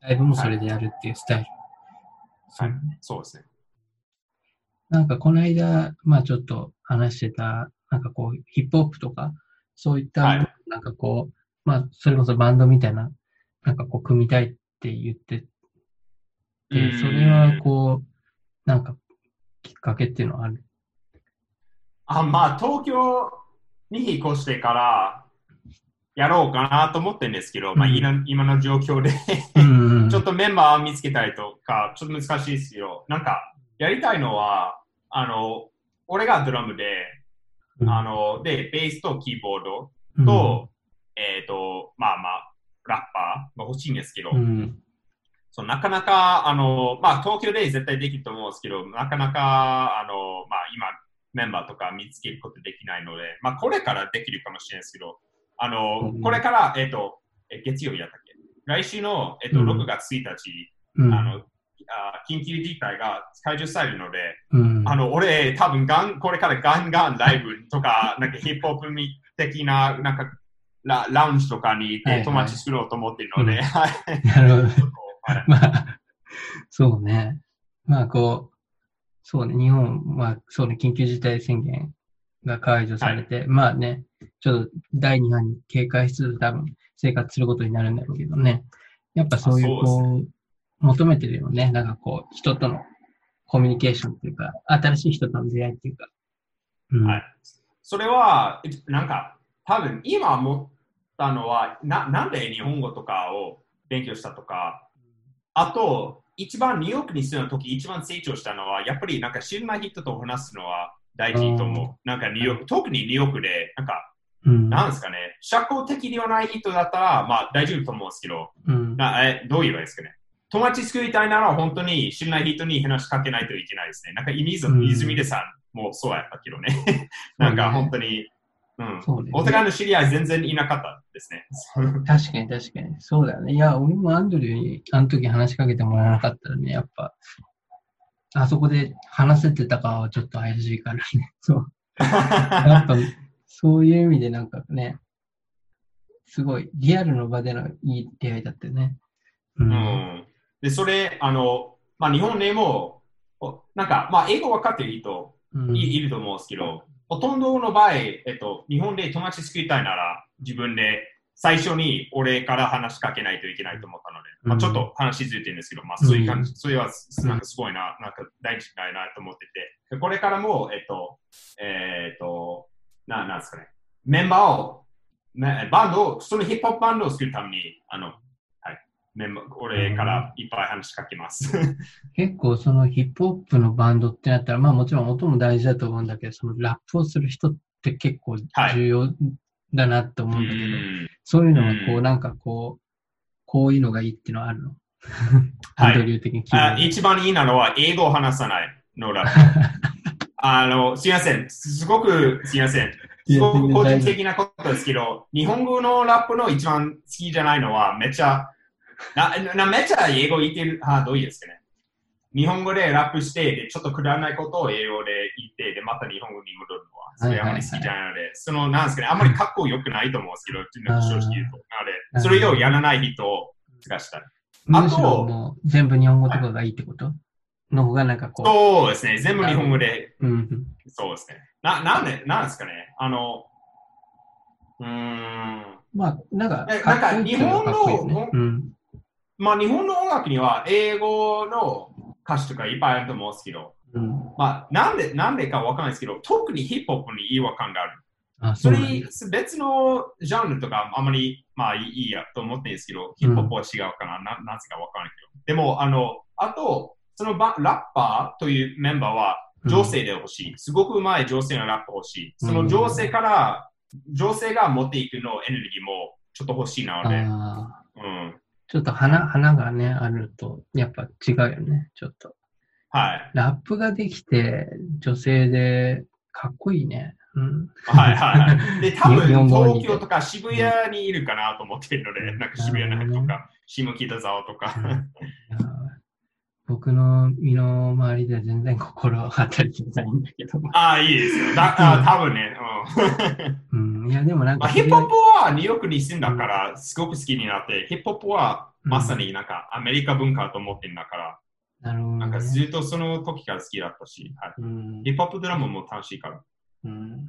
Speaker 1: ライブもそれでやるっていうスタイル。
Speaker 2: はい、そうですね。
Speaker 1: なんかこの間、まあちょっと話してた、なんかこう、ヒップホップとか、そういった、
Speaker 2: はい、
Speaker 1: なんかこう、まあそれこそバンドみたいな、なんかこう、組みたいって言ってて、それはこう、なんかきっかけっていうのはある？
Speaker 2: あまあ、東京に引っ越してからやろうかなと思ってるんですけど、
Speaker 1: うん、
Speaker 2: まあ、今今の状況で
Speaker 1: うん、
Speaker 2: ちょっとメンバー見つけたりとか、ちょっと難しいですよ。なんか、やりたいのは、あの、俺がドラムで、
Speaker 1: うん、
Speaker 2: あの、で、ベースとキーボード
Speaker 1: うん、
Speaker 2: と、えっ、と、まあまあ、ラッパーが欲しいんですけど、
Speaker 1: うん、
Speaker 2: そうなかなか、あの、まあ、東京で絶対できると思うんですけど、なかなか、あの、まあ、今、メンバーとか見つけることできないので、まあ、これからできるかもしれないですけど、あの、
Speaker 1: うん、
Speaker 2: これから、えっ、と、え月曜日だったっけ来週の、えっ、と、
Speaker 1: うん
Speaker 2: ろくがつついたち、
Speaker 1: うん、
Speaker 2: あの、あ緊急事態が解除されるので、
Speaker 1: うん、
Speaker 2: あの、俺、多分ガン、これからガンガンライブとか、なんかヒップホップ的な、なんかラ、ラウンジとかに行って友達作ろうと思っているので、はい。
Speaker 1: なるほど。
Speaker 2: はい、
Speaker 1: まあ、そうね。まあ、こう、そうね、日本は、そうね、緊急事態宣言が解除されて、はい、まあね、ちょっとだいに波に警戒しつつ多分生活することになるんだろうけどね。やっぱそういう、こう、うね、求めてるよね。なんかこう、人とのコミュニケーションっていうか、新しい人との出会いっていうか。
Speaker 2: うん、はい。それは、なんか、多分今思ったのは、な、なんで日本語とかを勉強したとか、あと、一番ニューヨークに住んだ時一番成長したのは、やっぱりなんか知らない人と話すのは大事と思う。なんかニューヨーク、特にニューヨークで、なんか、うん、なんですかね、社交的ではない人だったら、まあ大丈夫と思うんですけど、うん、なえどういうのですかね。友達作りたいなら本当に知らない人に話しかけないといけないですね。なんか泉出さんもそうやったけどね。なんか本当に、うん、そうね、お互いの知り合い全然いなかったですね。
Speaker 1: 確かに確かに。そうだよね。いや、俺もアンドリューにあの時話しかけてもらわなかったらね、やっぱ、あそこで話せてたかはちょっと怪しいからね。そう。やっぱ、そういう意味でなんかね、すごいリアルの場でのいい出会いだったよね。
Speaker 2: うん。うん、で、それ、あの、まあ日本でも、なんか、まあ英語分かってる人い,、いると思うんですけど、ほとんどの場合、えっと、日本で友達作りたいなら、自分で最初に俺から話しかけないといけないと思ったので、まあ、ちょっと話ずれてるんですけど、まあ、そういう感じ、うん、それはなんかすごいな、なんか大事だなと思ってて、これからも、えっと、えー、っと、ななんですかね、メンバーを、バンドを、そのヒップホップバンドを作るために、あの、メンバー俺からいっぱい話しかけます。
Speaker 1: 結構そのヒップホップのバンドってなったら、まあもちろん音も大事だと思うんだけど、そのラップをする人って結構重要だなと思うんだけど、はい、そういうのはこうなんかこう、こういうのがいいっていうのはあるの？
Speaker 2: はい、アンドリュー的にあ。一番いいなのは英語を話さないのラップ。あの、すいません。すごくすいません。すごく個人的なことですけど、日本語のラップの一番好きじゃないのはめっちゃな、なめっちゃ英語言ってる、あ、どういいですかね。日本語でラップして、で、ちょっとくだらないことを英語で言って、で、また日本語に戻るのは、それあまり好きじゃないので、はいはいはい、その、なんですかね、あんまりかっこよくないと思うんですけど、正直言うと。なので、それをやらない人を探したい。
Speaker 1: あと、もう全部日本語とかがいいってこと、はい、の方がなんかこう。
Speaker 2: そうですね、全部日本語で。
Speaker 1: うん、
Speaker 2: そうですね。な、なんで、なんですかね、あの、うーん。
Speaker 1: まあ、なんか、
Speaker 2: なんか日本の、うん、まあ日本の音楽には英語の歌詞とかいっぱいあると思うんですけど、うん、まあなんで、なんでかわかんないですけど、特にヒップホップに違和感がある。あそれ、別のジャンルとかあんまり、まあいいやと思ってるんですけど、ヒップホップは違うかな、うん、ななんつかわかんないけど。でも、あの、あと、そのバラッパーというメンバーは女性で欲しい。うん、すごくうまい女性のラップ欲しい。その女性から、女性が持っていくのエネルギーもちょっと欲しいなので。うん、
Speaker 1: ちょっと花、花がね、あると、やっぱ違うよね、ちょっと。
Speaker 2: はい。
Speaker 1: ラップができて、女性で、かっこいいね。うん。
Speaker 2: はいはいはい。で、多分、東京とか渋谷にいるかなと思ってるので、うん、なんか渋谷のとか、下北沢とか。
Speaker 1: 僕の身の周りでは全然心当たりないんだけど。
Speaker 2: ああ、いいですよ。だあ多分ね。
Speaker 1: うん。うんん、いや、でもなんか、
Speaker 2: まあ、ヒップホップはニューヨークに住んだからすごく好きになって、ヒップホップはまさになんかアメリカ文化と思ってるんだから、
Speaker 1: なるほどね、
Speaker 2: なんかずっとその時から好きだったし、はい、
Speaker 1: うん、
Speaker 2: ヒップホップドラマも楽しいから。
Speaker 1: うん。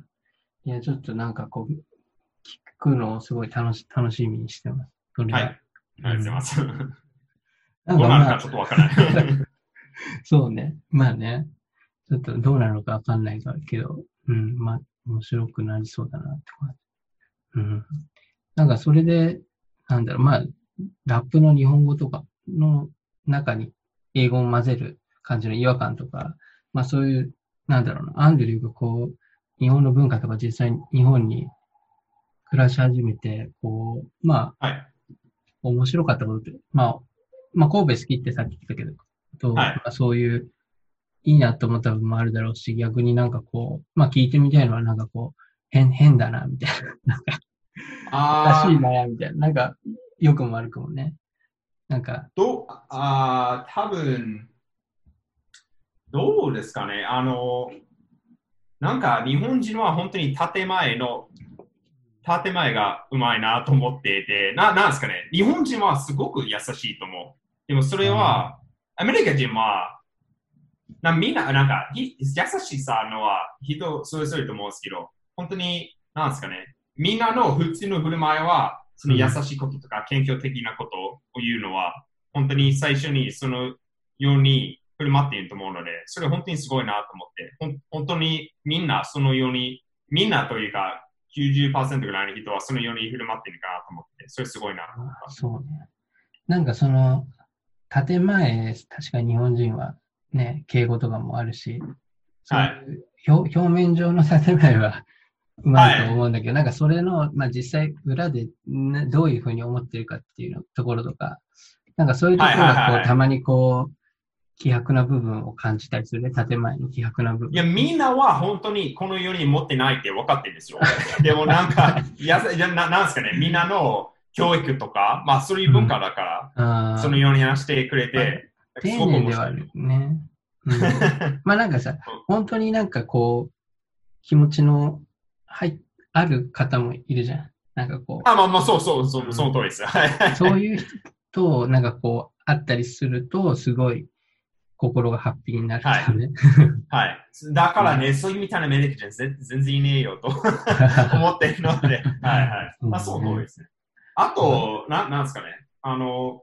Speaker 1: いや、ちょっとなんかこう、聞くのをすごい楽し楽しみにしてます。それは。
Speaker 2: はい。ありがとうございます。
Speaker 1: なんか
Speaker 2: どうなるかちょっとわからない。
Speaker 1: そうね。まあね。ちょっとどうなるのかわかんないけど、うん、まあ、面白くなりそうだなって感じ。うん。なんかそれで、なんだろう、まあ、ラップの日本語とかの中に英語を混ぜる感じの違和感とか、まあそういう、なんだろうな、アンドリューがこう、日本の文化とか実際に日本に暮らし始めて、こう、まあ、
Speaker 2: はい。
Speaker 1: 面白かったことって、まあ、まあ神戸好きってさっき言ったけど、と、
Speaker 2: はい。
Speaker 1: まあ、そういういいなと思った部分もあるだろうし、逆になんかこう、まあ聞いてみたいのはなんかこう、変、変だな、みたいな。なんか、おかしい
Speaker 2: あー、
Speaker 1: な、みたいな。なんか、良くも悪くもね。なんか、
Speaker 2: どう、あー、多分、どうですかね。あの、なんか日本人は本当に建前の、建前がうまいなと思っていて、な、なんですかね。日本人はすごく優しいと思う。でもそれは、アメリカ人は、なみんな、なんか、ひ優しさのは人それぞれと思うんですけど、本当に、なんですかね。みんなの普通の振る舞いは、その優しいこととか、謙虚的なことを言うのは、本当に最初にそのように振る舞っていると思うので、それ本当にすごいなと思って、ほん本当にみんなそのように、みんなというか、きゅうじゅっパーセントぐらいの人はそのように振る舞っているかなと思って、それすごいなと思った。
Speaker 1: そうね。なんかその、建前、確かに日本人はね、敬語とかもあるし、そう
Speaker 2: はい。
Speaker 1: いう表表面上の建前はうまいと
Speaker 2: はい。
Speaker 1: 思うんだけど、なんかそれの、まあ実際裏で、ね、どういうふうに思ってるかっていうところとか、なんかそういうと
Speaker 2: はい
Speaker 1: ころがこう、
Speaker 2: はいはい。
Speaker 1: たまにこう、希薄な部分を感じたりするね。建前の希薄な部
Speaker 2: いや、
Speaker 1: 分。
Speaker 2: みんなは本当にこの世に持ってないって分かってるんですよ。でもなんか、いや、いやななんですかね、みんなの教育とか、まあそういう文化
Speaker 1: うん。
Speaker 2: だから、その
Speaker 1: ああ、
Speaker 2: ように話してくれ
Speaker 1: まあ、
Speaker 2: て、す
Speaker 1: 丁
Speaker 2: ごく
Speaker 1: 寧ではある
Speaker 2: 面白い。
Speaker 1: ね。うん。まあなんかさ、本当になんかこう、気持ちの、はい、ある方もいるじゃん。なんかこ
Speaker 2: あ、まあまあ、そうそう、
Speaker 1: う、
Speaker 2: そ
Speaker 1: う
Speaker 2: うその通り
Speaker 1: ん、
Speaker 2: です。はいはい。
Speaker 1: そういう人と、なんかこう、会ったりすると、すごい心がハッピーになる
Speaker 2: はい。
Speaker 1: よね。
Speaker 2: はい。だか
Speaker 1: うん。
Speaker 2: らね、そういうみたいなメディクじゃ全全然いねえよと思っているので、はいはい。
Speaker 1: そう
Speaker 2: まあ、その通り
Speaker 1: ね。
Speaker 2: ですね。あ
Speaker 1: まあ、
Speaker 2: と、ななんですかね。あの、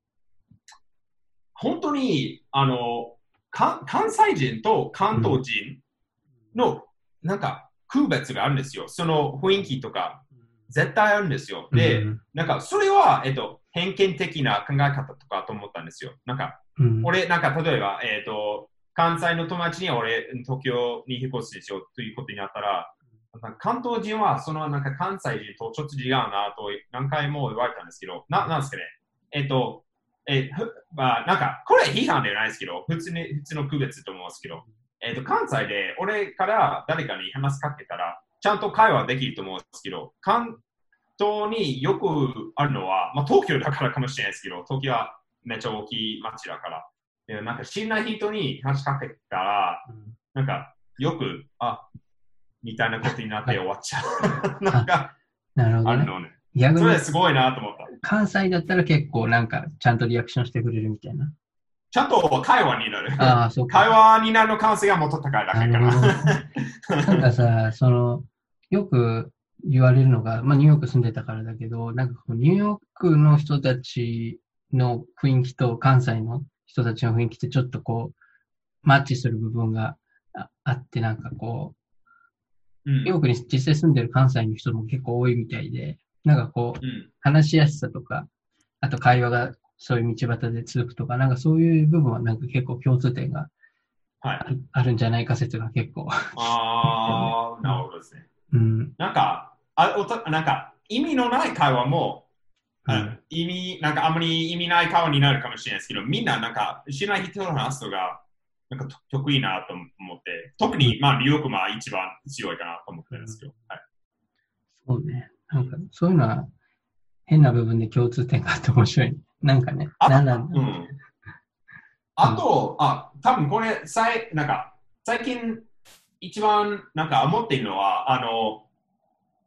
Speaker 2: 本当に、あの、関関西人と関
Speaker 1: うん。
Speaker 2: 東人の、なんか、区別があるんですよ。その雰囲気とか、絶対あるんですよ。で、
Speaker 1: うん。
Speaker 2: なんか、それは、えっと、偏見的な考え方とかと思ったんですよ。なんか、
Speaker 1: うん。
Speaker 2: 俺、なんか、例えば、えっと、関西の友達に俺、東京に引っ越すでしょということになったら、関東人は、その、なんか、関西人とちょっと違うなと何回も言われたんですけど、な、なんですかね。えっと、えまあ、なんか、これは批判ではないですけど、普通に、普通の区別と思うんですけど、えっ、ー、と、関西で俺から誰かに話しかけたら、ちゃんと会話できると思うんですけど、関東によくあるのは、まあ、東京だからかもしれないですけど、東京はめっちゃ大きい街だから、でなんか知らない人に話しかけたら、なんかよく、あ、みたいなことになって終わっちゃう。なん
Speaker 1: あ、
Speaker 2: か、
Speaker 1: なるほどね。
Speaker 2: あるのね。
Speaker 1: 逆に、
Speaker 2: それすごいなと思った。
Speaker 1: 関西だったら結構なんか、ちゃんとリアクションしてくれるみたいな。
Speaker 2: ちゃんと会話になる。
Speaker 1: ああ、そっか。
Speaker 2: 会話になる可能性がもっと高いだ
Speaker 1: なる
Speaker 2: けかな。
Speaker 1: ほどね。なんかさ、その、よく言われるのが、まあニューヨーク住んでたからだけど、なんかこうニューヨークの人たちの雰囲気と関西の人たちの雰囲気ってちょっとこう、マッチする部分がああって、なんかこ
Speaker 2: う
Speaker 1: う、ニューヨー
Speaker 2: ん。
Speaker 1: クに実際住んでる関西の人も結構多いみたいで、なんかこう、
Speaker 2: うん。
Speaker 1: 話しやすさとか、あと会話がそういう道端で続くとか、なんかそういう部分はなんか結構共通点が
Speaker 2: はい。
Speaker 1: あるあるんじゃないか説が結構よね。
Speaker 2: ああ、なるほどですね。
Speaker 1: うん。
Speaker 2: なんか、あおたなんか意味のない会話も、あ
Speaker 1: うん。
Speaker 2: 意味、なんかあんまり意味ない会話になるかもしれないですけど、みんななんか知らない人の話すのがなんかと得意なと思って、特
Speaker 1: うん。
Speaker 2: にまあニューヨークは一番強いかなと思ってるんですけど。はい。
Speaker 1: そうね。なんか、そういうのは変な部分で共通点があって面白いね。なんかね、なん
Speaker 2: あ、
Speaker 1: なんだろうね。
Speaker 2: うん。
Speaker 1: うん。
Speaker 2: あと、あ、多分これ、さいなんか最近一番なんか思っているのは、あの、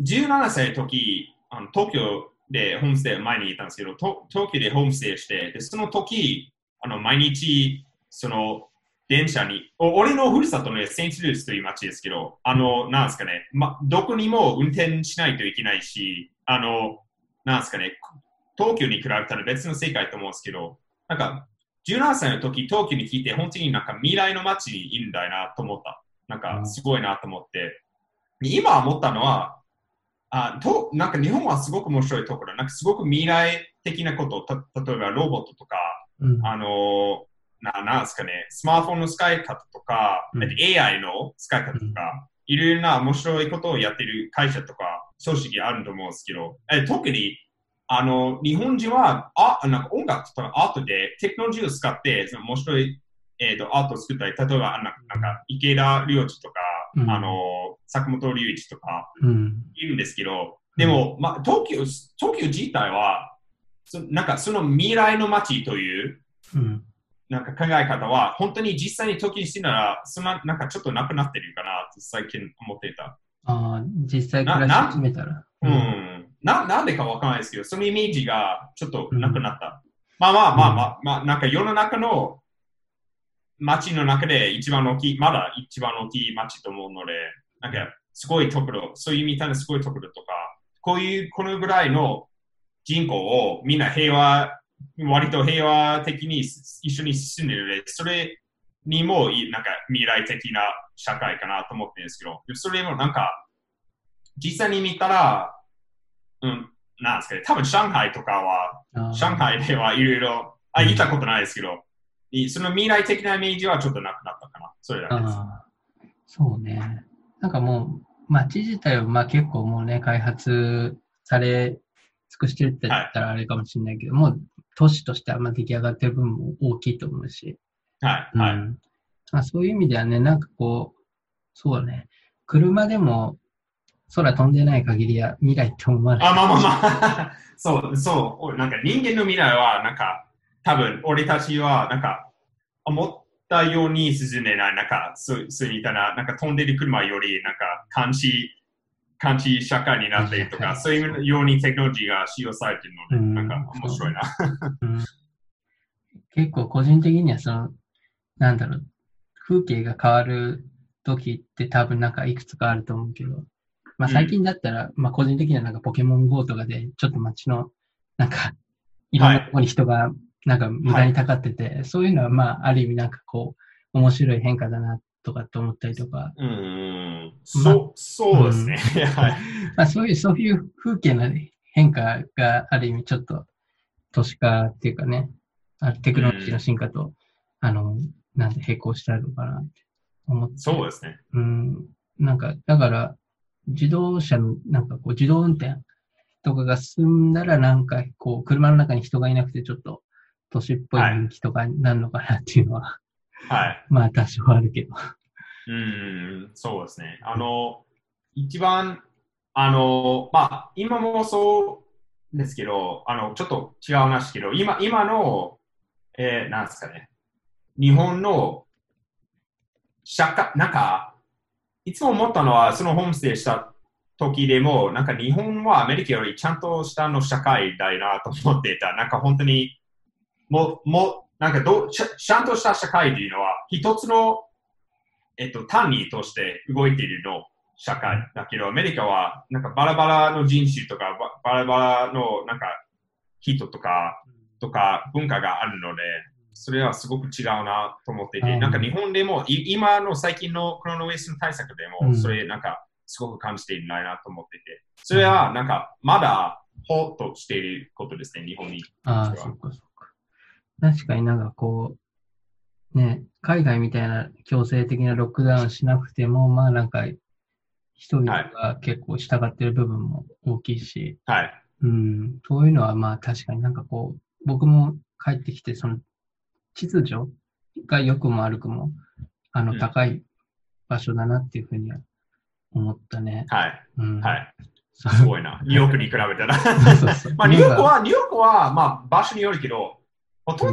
Speaker 2: じゅうななさいの時、あの東京でホームステイ前にいたんですけど、と東京でホームステイして、でその時、あの毎日、その電車に、お俺のふるさとのセントルイスという街ですけど、あの、なんですかね、ま、どこにも運転しないといけないし、あの、なんですかね、東京に比べたら別の世界と思うんですけど、なんか、じゅうななさいの時、東京に来て、本当になんか未来の街にいるんだよなと思った。なんか、すごいなと思って。今思ったのは、あとなんか日本はすごく面白いところ、なんかすごく未来的なこと、た例えばロボットとか、うん、あの、ななんですかね、スマートフォンの使い方とか、うん、エーアイ の使い方とか、うん、いろいろな面白いことをやっている会社とか、組織あると思うんですけど、え特にあの日本人はあなんか音楽とかアートでテクノロジーを使ってその面白い、えー、とアートを作ったり、例えばなんかなんか池田良二とか、うん、あの坂本龍一とかいるんですけど、うん、でも、まあ、東京、東京自体はそなんかその未来の街という、うんなんか考え方は、本当に実際に時にしてなら、そんな、なんかちょっとなくなってるかなって最近思っていた。
Speaker 1: ああ、実際暮らし始めたら。
Speaker 2: うん。な、なんでかわからないですけど、そのイメージがちょっとなくなった。うん、まあまあまあまあ、まあ、なんか世の中の街の中で一番大きい、まだ一番大きい街と思うので、なんかすごいところ、そういうみたいなすごいところとか、こういう、このぐらいの人口をみんな平和、割と平和的に一緒に進んでいるので、それにもなんか未来的な社会かなと思ってるんですけど、それもなんか実際に見たら、うん、なんですかね、多分上海とかは、上海ではいろいろ、あ、行ったことないですけど、その未来的なイメージはちょっとなくなったかな。それだけです。
Speaker 1: あそうね。なんかもう街自体はまあ結構もうね、開発され尽くしてるって言ったらあれかもしれないけど、はい、もう都市としてはまあ出来上がってる分も大きいと思うし。
Speaker 2: はい。はい。
Speaker 1: うんまあ、そういう意味ではね、なんかこう、そうね、車でも空飛んでない限りは未来って思わない。
Speaker 2: あ、まあまあまあ。そう、そう。なんか人間の未来は、なんか、多分俺たちは、なんか、思ったように進めない、なんか、そうそうみたいな、なんか飛んでる車より、なんか、監視、監視社会になったりとか、そういうようにテクノロジーが使用されているので、うん、なんか面白いな。
Speaker 1: うん、結構個人的にはその、なんだろう、風景が変わる時って多分なんかいくつかあると思うけど、まあ最近だったら、うん、まあ個人的にはなんかポケモン ゴー とかでちょっと街のなんかいろんなところに人がなんか無駄にたかってて、はい、そういうのはまあある意味なんかこう面白い変化だなとかって思ったりとか。
Speaker 2: うん、まあ、そ, そうですね。うん、
Speaker 1: まあそういう、そういう風景の変化がある意味ちょっと都市化っていうかね、テクノロジーの進化と、うん、あの、なんで並行してあるのかなって思って。
Speaker 2: そうですね。
Speaker 1: うん。なんか、だから、自動車の、なんかこう、自動運転とかが進んだら、なんかこう、車の中に人がいなくて、ちょっと都市っぽい人気とかになるのかなっていうのは、
Speaker 2: はい。
Speaker 1: まあ、多少あるけど。
Speaker 2: うん、そうですね。あの、一番、あの、まあ、今もそうですけど、あの、ちょっと違う話ですけど、今、今の、えー、なんですかね。日本の社会、なんか、いつも思ったのは、そのホームステイした時でも、なんか日本はアメリカよりちゃんとしたの社会だよなと思っていた。なんか本当に、もう、もう、なんかどちゃ、ちゃんとした社会というのは、一つの、えっと、単位として動いているの社会だけど、アメリカは、なんかバラバラの人種とか、バラバラの、なんか、人とか、とか、文化があるので、それはすごく違うなと思っていて、なんか日本でも、今の最近のコロナウイルスの対策でも、それなんかすごく感じていないなと思っていて、それはなんかまだほっとしていることですね、日本に。
Speaker 1: ああ、そっかそっか。確かになんかこう、ね、海外みたいな強制的なロックダウンしなくても、まあなんか人々が結構従っている部分も大きいし、
Speaker 2: はい。
Speaker 1: うん、そういうのはまあ確かになんかこう、僕も帰ってきて、その秩序が良くも悪くも、あの、高い場所だなっていうふうには思ったね。
Speaker 2: はい。
Speaker 1: うん、
Speaker 2: はい。すごいな。ニューヨークに比べたら。そうそうそうまあ、ニューヨークは、ニューヨークは、まあ、場所によるけど、ほとんど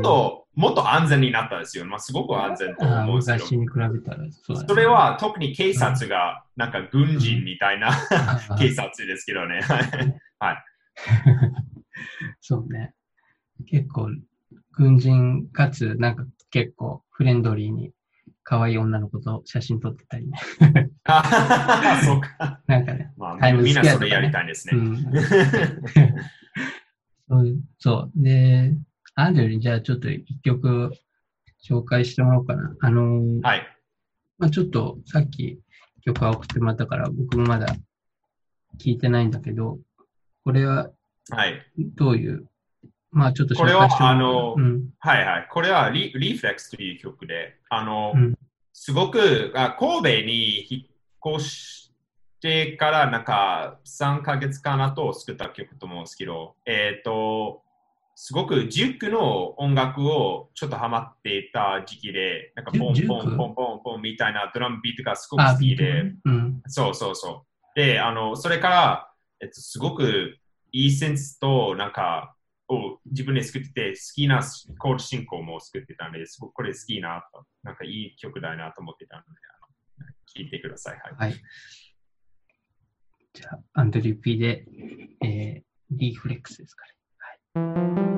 Speaker 2: もっと安全になったんですよ。まあ、すごく安全と思うんですけど。
Speaker 1: 昔に比べたらそうだね。
Speaker 2: それは特に警察が、なんか軍人みたいな、うん、警察ですけどね。はい。
Speaker 1: そうね。結構、軍人かつ、なんか結構フレンドリーに可愛い女の子と写真撮ってたりね。
Speaker 2: あそうか。
Speaker 1: なんかね、
Speaker 2: まあ、みんなそれやりたいんですね。うん
Speaker 1: そうそう。で、アンドリューにじゃあちょっと一曲紹介してもらおうかな。あのー、
Speaker 2: はい。
Speaker 1: まあちょっとさっき曲は送ってもらったから僕もまだ聞いてないんだけど、これはどういう、はい、まあちょっと紹介してもらおうかな。
Speaker 2: これは、あの、うん、はいはい。これはリリフレックスという曲で、あの、うん、すごくあ神戸に引っ越してからなんかさんかげつかなと作った曲と思うんですけど、えっ、ー、と、すごく塾の音楽をちょっとハマっていた時期で、なんかポンポンポンポンポンみたいなドラムビートがすごく好きで、ねうん、そうそうそう。で、あの、それから、えっと、すごくいいセンスとなんか、を自分で作ってて、好きなコード進行も作ってたんで、すごくこれ好きなと、なんかいい曲だなと思ってたので、あの聴いてください。はい。はい、
Speaker 1: じゃあ、アンドリュー P で、えー、リフレックスですかね。はい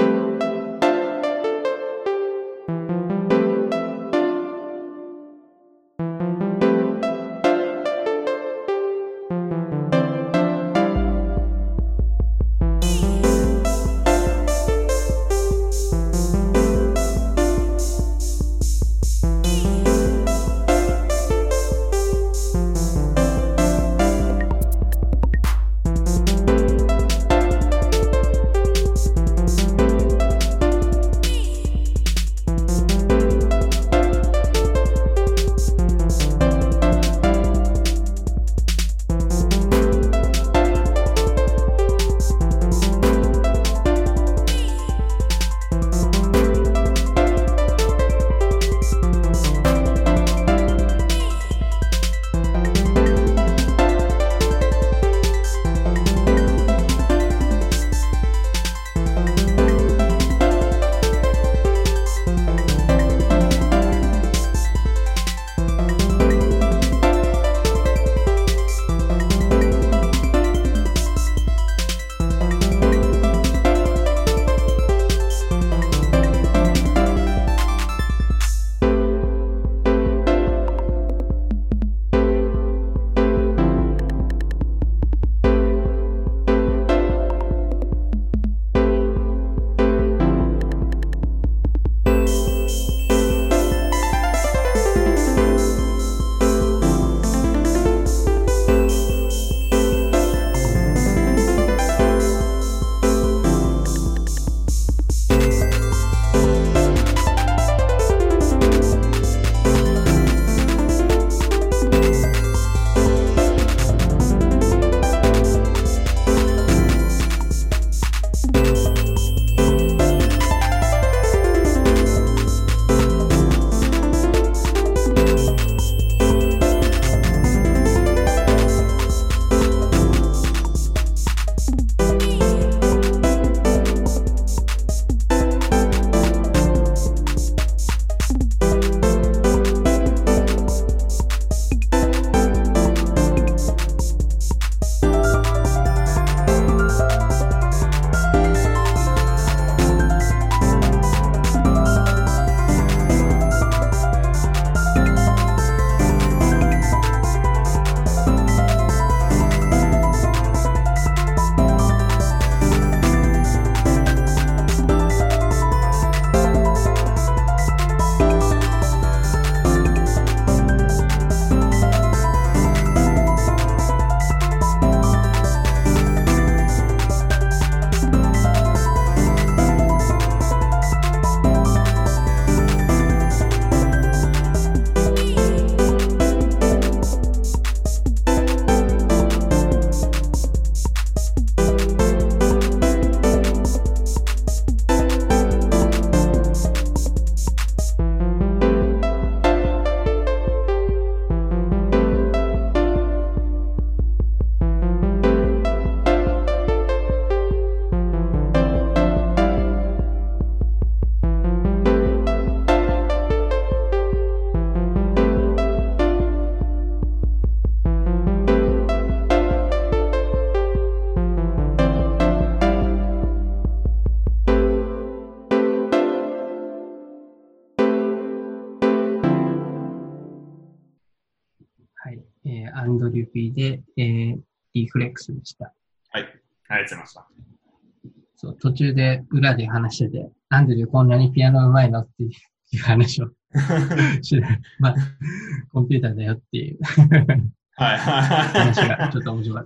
Speaker 1: アンドリュー・ピーで、えー、リフレックスでした。
Speaker 2: はい。ありがとうございました。
Speaker 1: そう、途中で裏で話してて、アンドリューこんなにピアノ上手いのっていう話をして、まあ、コンピューターだよっていう
Speaker 2: はい。
Speaker 1: 話がちょっと面白かった。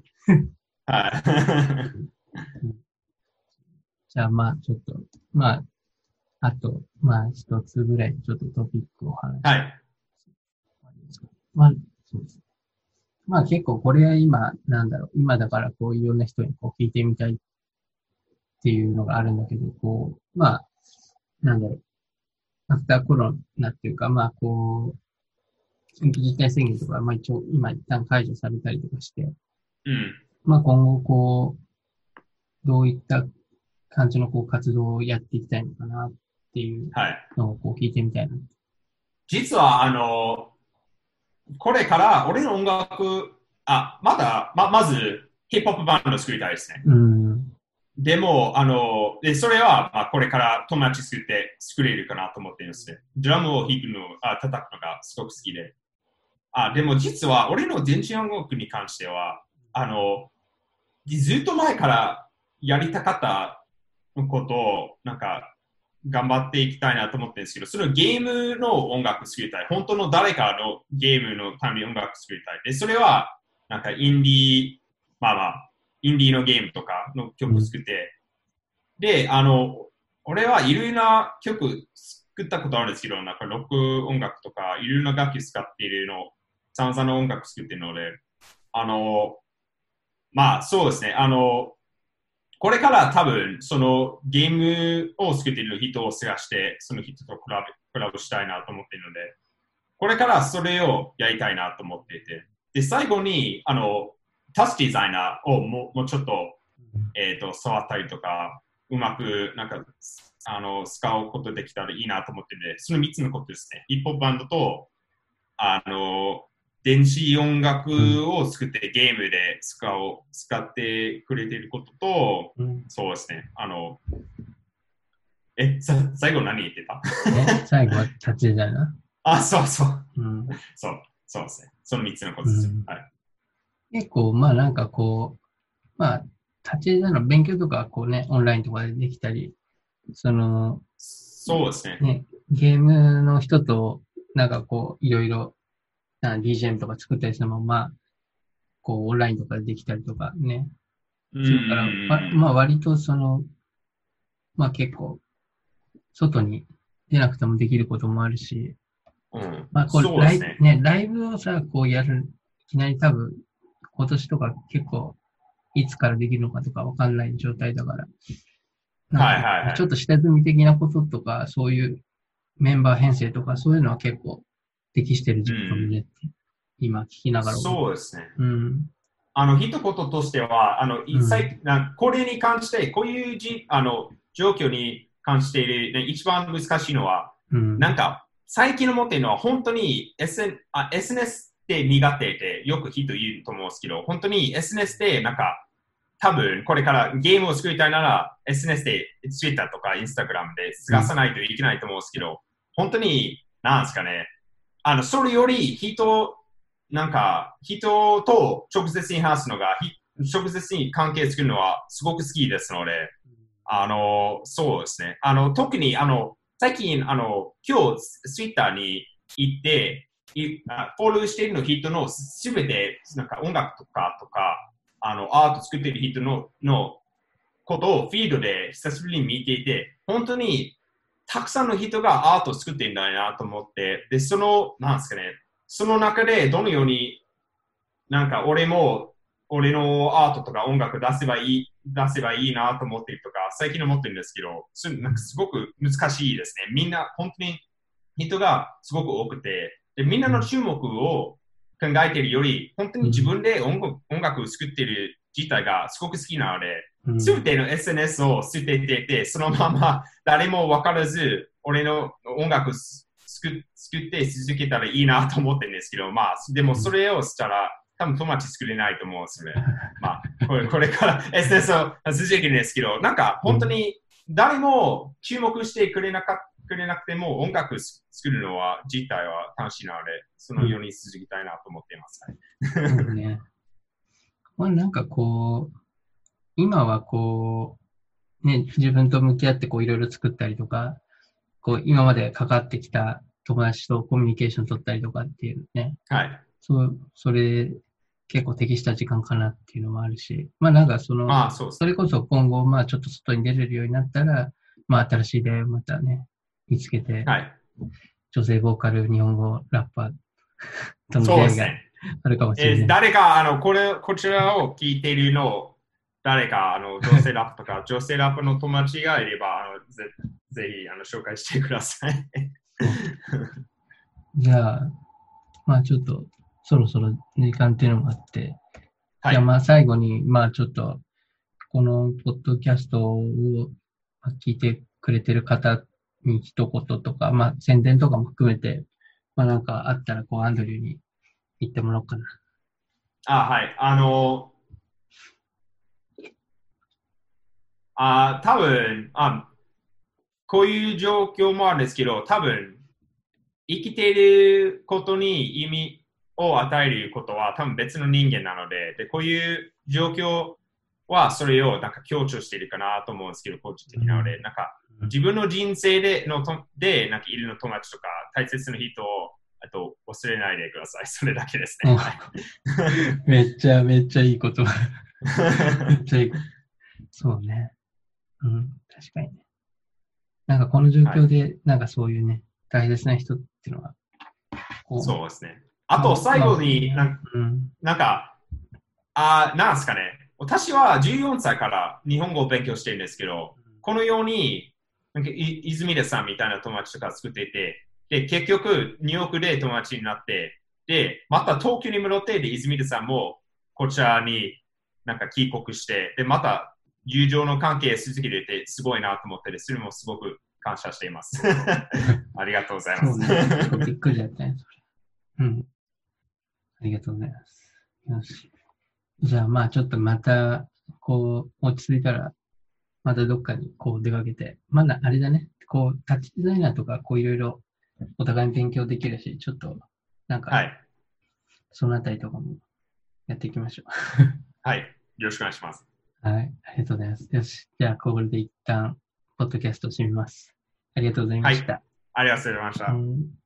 Speaker 2: はい。
Speaker 1: じゃあまあ、ちょっと、まあ、あと、まあ、一つぐらいちょっとトピックを話して。
Speaker 2: はい。
Speaker 1: まあ、そうです。まあ結構これは今、なんだろう、今だからこういろんな人にこう聞いてみたいっていうのがあるんだけど、こう、まあ、なんだろう、アフターコロナっていうか、まあこう、緊急事態宣言とか、まあ一応今一旦解除されたりとかして、
Speaker 2: うん。
Speaker 1: まあ今後こう、どういった感じのこう活動をやっていきたいのかなっていうのをこう聞いてみたいな。はい、
Speaker 2: 実は、あの、これから俺の音楽、あ、まだ、ま、まず、ヒップホップバンド作りたいですね。
Speaker 1: うん。
Speaker 2: でも、あの、で、それは、まあ、これから友達作って作れるかなと思ってるんですね。ドラムを弾くの、あ、叩くのがすごく好きで。あ、でも実は、俺の電子音楽に関しては、あの、ずっと前からやりたかったことを、なんか、頑張っていきたいなと思ってるんですけど、そのゲームの音楽作りたい。本当の誰かのゲームのために音楽作りたい。で、それは、なんかインディー、まあまあ、インディーのゲームとかの曲作って、うん、で、あの、俺はいろいろな曲作ったことあるんですけど、なんかロック音楽とか、いろいろな楽器使っているの、さまざまな音楽作っているので、あの、まあそうですね、あの、これから多分、そのゲームを作っている人を探して、その人とコラボ、コラボしたいなと思っているので、これからそれをやりたいなと思っていて、で、最後に、あの、タスデザイナーをもうもうちょっと、えっと、触ったりとか、うまく、なんか、あの、使うことできたらいいなと思っていて、そのみっつのことですね。ヒップホップバンドと、あの、電子音楽を作ってゲームで使おう、使ってくれていることと、うん、そうですね。あの、え、さ最後何言ってた
Speaker 1: え最後はタチデザイナー
Speaker 2: あ、そうそう。
Speaker 1: うん、
Speaker 2: そう、そうですね。そのみっつのことです、うん。はい。
Speaker 1: 結構、まあなんかこう、まあ、タチデザイナーの勉強とかこうね、オンラインとかでできたり、その、
Speaker 2: そうですね。
Speaker 1: ねゲームの人と、なんかこう、いろいろ、ビージーエム とか作ったりするのも、まあ、こう、オンラインとかでできたりとかね。するから、まあ、割とその、まあ結構、外に出なくてもできることもあるし、
Speaker 2: うん、
Speaker 1: まあこれ、ライブ、ね、ライブをさ、こうやる、いきなり多分、今年とか結構、いつからできるのかとかわかんない状態だから、
Speaker 2: はいはいはい、
Speaker 1: ちょっと下積み的なこととか、そういうメンバー編成とか、そういうのは結構適してる時期かもねって、うん、今聞きながら。
Speaker 2: そうですね。
Speaker 1: うん。
Speaker 2: あの、一言としては、あの、うん、なこれに関して、こういうじあの状況に関している、ね、一番難しいのは、うん、なんか、最近思っているのは、本当に エスエヌ あ エスエヌエス って苦手で、よく人言うと思うんですけど、本当に エスエヌエス で、なんか、多分、これからゲームを作りたいなら、エスエヌエス で Twitter とか Instagram で探さないといけないと思うんですけど、うん、本当に、なんですかね、あの、それより人、なんか、人と直接に話すのが、直接に関係作るのはすごく好きですので、あの、そうですね。あの、特に、あの、最近、あの、今日、ツイッターに行って、フォローしているの人のすべて、なんか音楽とか、とか、あの、アート作っている人の、のことをフィードで久しぶりに見ていて、本当にたくさんの人がアートを作っているんだなと思って、で、その、なんですかね、その中でどのように、なんか俺も、俺のアートとか音楽出せばいい、出せばいいなと思っているとか、最近思ってるんですけど、なんかすごく難しいですね。みんな、本当に人がすごく多くて、でみんなの注目を考えているより、本当に自分で音楽、音楽を作っている自体がすごく好きなので、すべての エスエヌエス を捨てていて、そのまま誰も分からず、俺の音楽作って続けたらいいなと思ってるんですけど、まあ、でもそれをしたら、多分友達作れないと思うんですね。まあ、これこれから エスエヌエス を続けるんですけど、なんか本当に誰も注目してくれなかっくれなくても、音楽作るのは自体は楽しいので、そのように続きたいなと思っています。
Speaker 1: そうね。まあなんかこう、今はこう、ね、自分と向き合ってこういろいろ作ったりとか、こう今までかかってきた友達とコミュニケーション取ったりとかっていうね、
Speaker 2: はい。
Speaker 1: そう、それ結構適した時間かなっていうのもあるし、まあなんかその、
Speaker 2: ああ、そうですね。
Speaker 1: それこそ今後まあちょっと外に出れるようになったら、まあ新しい出会いをまたね、見つけて、
Speaker 2: はい。
Speaker 1: 女性ボーカル、日本語ラッパーとの
Speaker 2: そう
Speaker 1: 出会いが
Speaker 2: ですね。
Speaker 1: あるかもしれ
Speaker 2: えー
Speaker 1: ない。
Speaker 2: 誰か、あの、これ、こちらを聞いているの、誰か、あの、女性ラップとか、女性ラップの友達がいれば、あのぜぜひ、あの、紹介してください。
Speaker 1: じゃあ、まあちょっと、そろそろ時間っていうのもあって、じゃあ
Speaker 2: はい。
Speaker 1: まあ最後に、まあちょっと、このポッドキャストを聞いてくれてる方に一言とか、まあ宣伝とかも含めて、まあなんかあったら、こう、アンドリューに言ってもらおうかな。
Speaker 2: あ、はい。あの、あ、多分あ、こういう状況もあるんですけど、多分生きていることに意味を与えることは多分別の人間なので、でこういう状況はそれをなんか強調しているかなと思うんですけど、個人的なので、なんか自分の人生でのとでなんかいるの友達とか大切な人をあと忘れないでください。それだけですね。
Speaker 1: めっちゃめっちゃいい言葉。めっちゃいい。そうね。うん、確かにね。なんかこの状況で、なんかそういうね、大切な人っていうのは、こう、
Speaker 2: そうですね。あと
Speaker 1: まあ、
Speaker 2: 最後に
Speaker 1: まあ
Speaker 2: なん
Speaker 1: うん、
Speaker 2: なんか、あなんですかね。私はじゅうよんさいから日本語を勉強してるんですけど、このように、なんかい泉田さんみたいな友達とか作っていて、で、結局、ニューヨークで友達になって、で、また東京に戻って、で、泉田さんもこちらになんか帰国して、で、また友情の関係続けててすごいなと思って、それもすごく感謝しています。ありがとうございます。
Speaker 1: そうね。ちょっとびっくりだったね、それ。うん。ありがとうございます。よし。じゃあまあちょっとまた、こう、落ち着いたら、またどっかにこう出かけて、まだあれだね、こう、タッチデザイナーとか、こういろいろお互いに勉強できるし、ちょっと、なんか、
Speaker 2: はい。
Speaker 1: そのあたりとかもやっていきましょ
Speaker 2: はい。よろしくお願いします。
Speaker 1: う。はい。ありがとうございます。よし。じゃあ、これで一旦、ポッドキャストを締めます。ありがとうございま
Speaker 2: はい。
Speaker 1: した。
Speaker 2: ありがとうございました。
Speaker 1: うん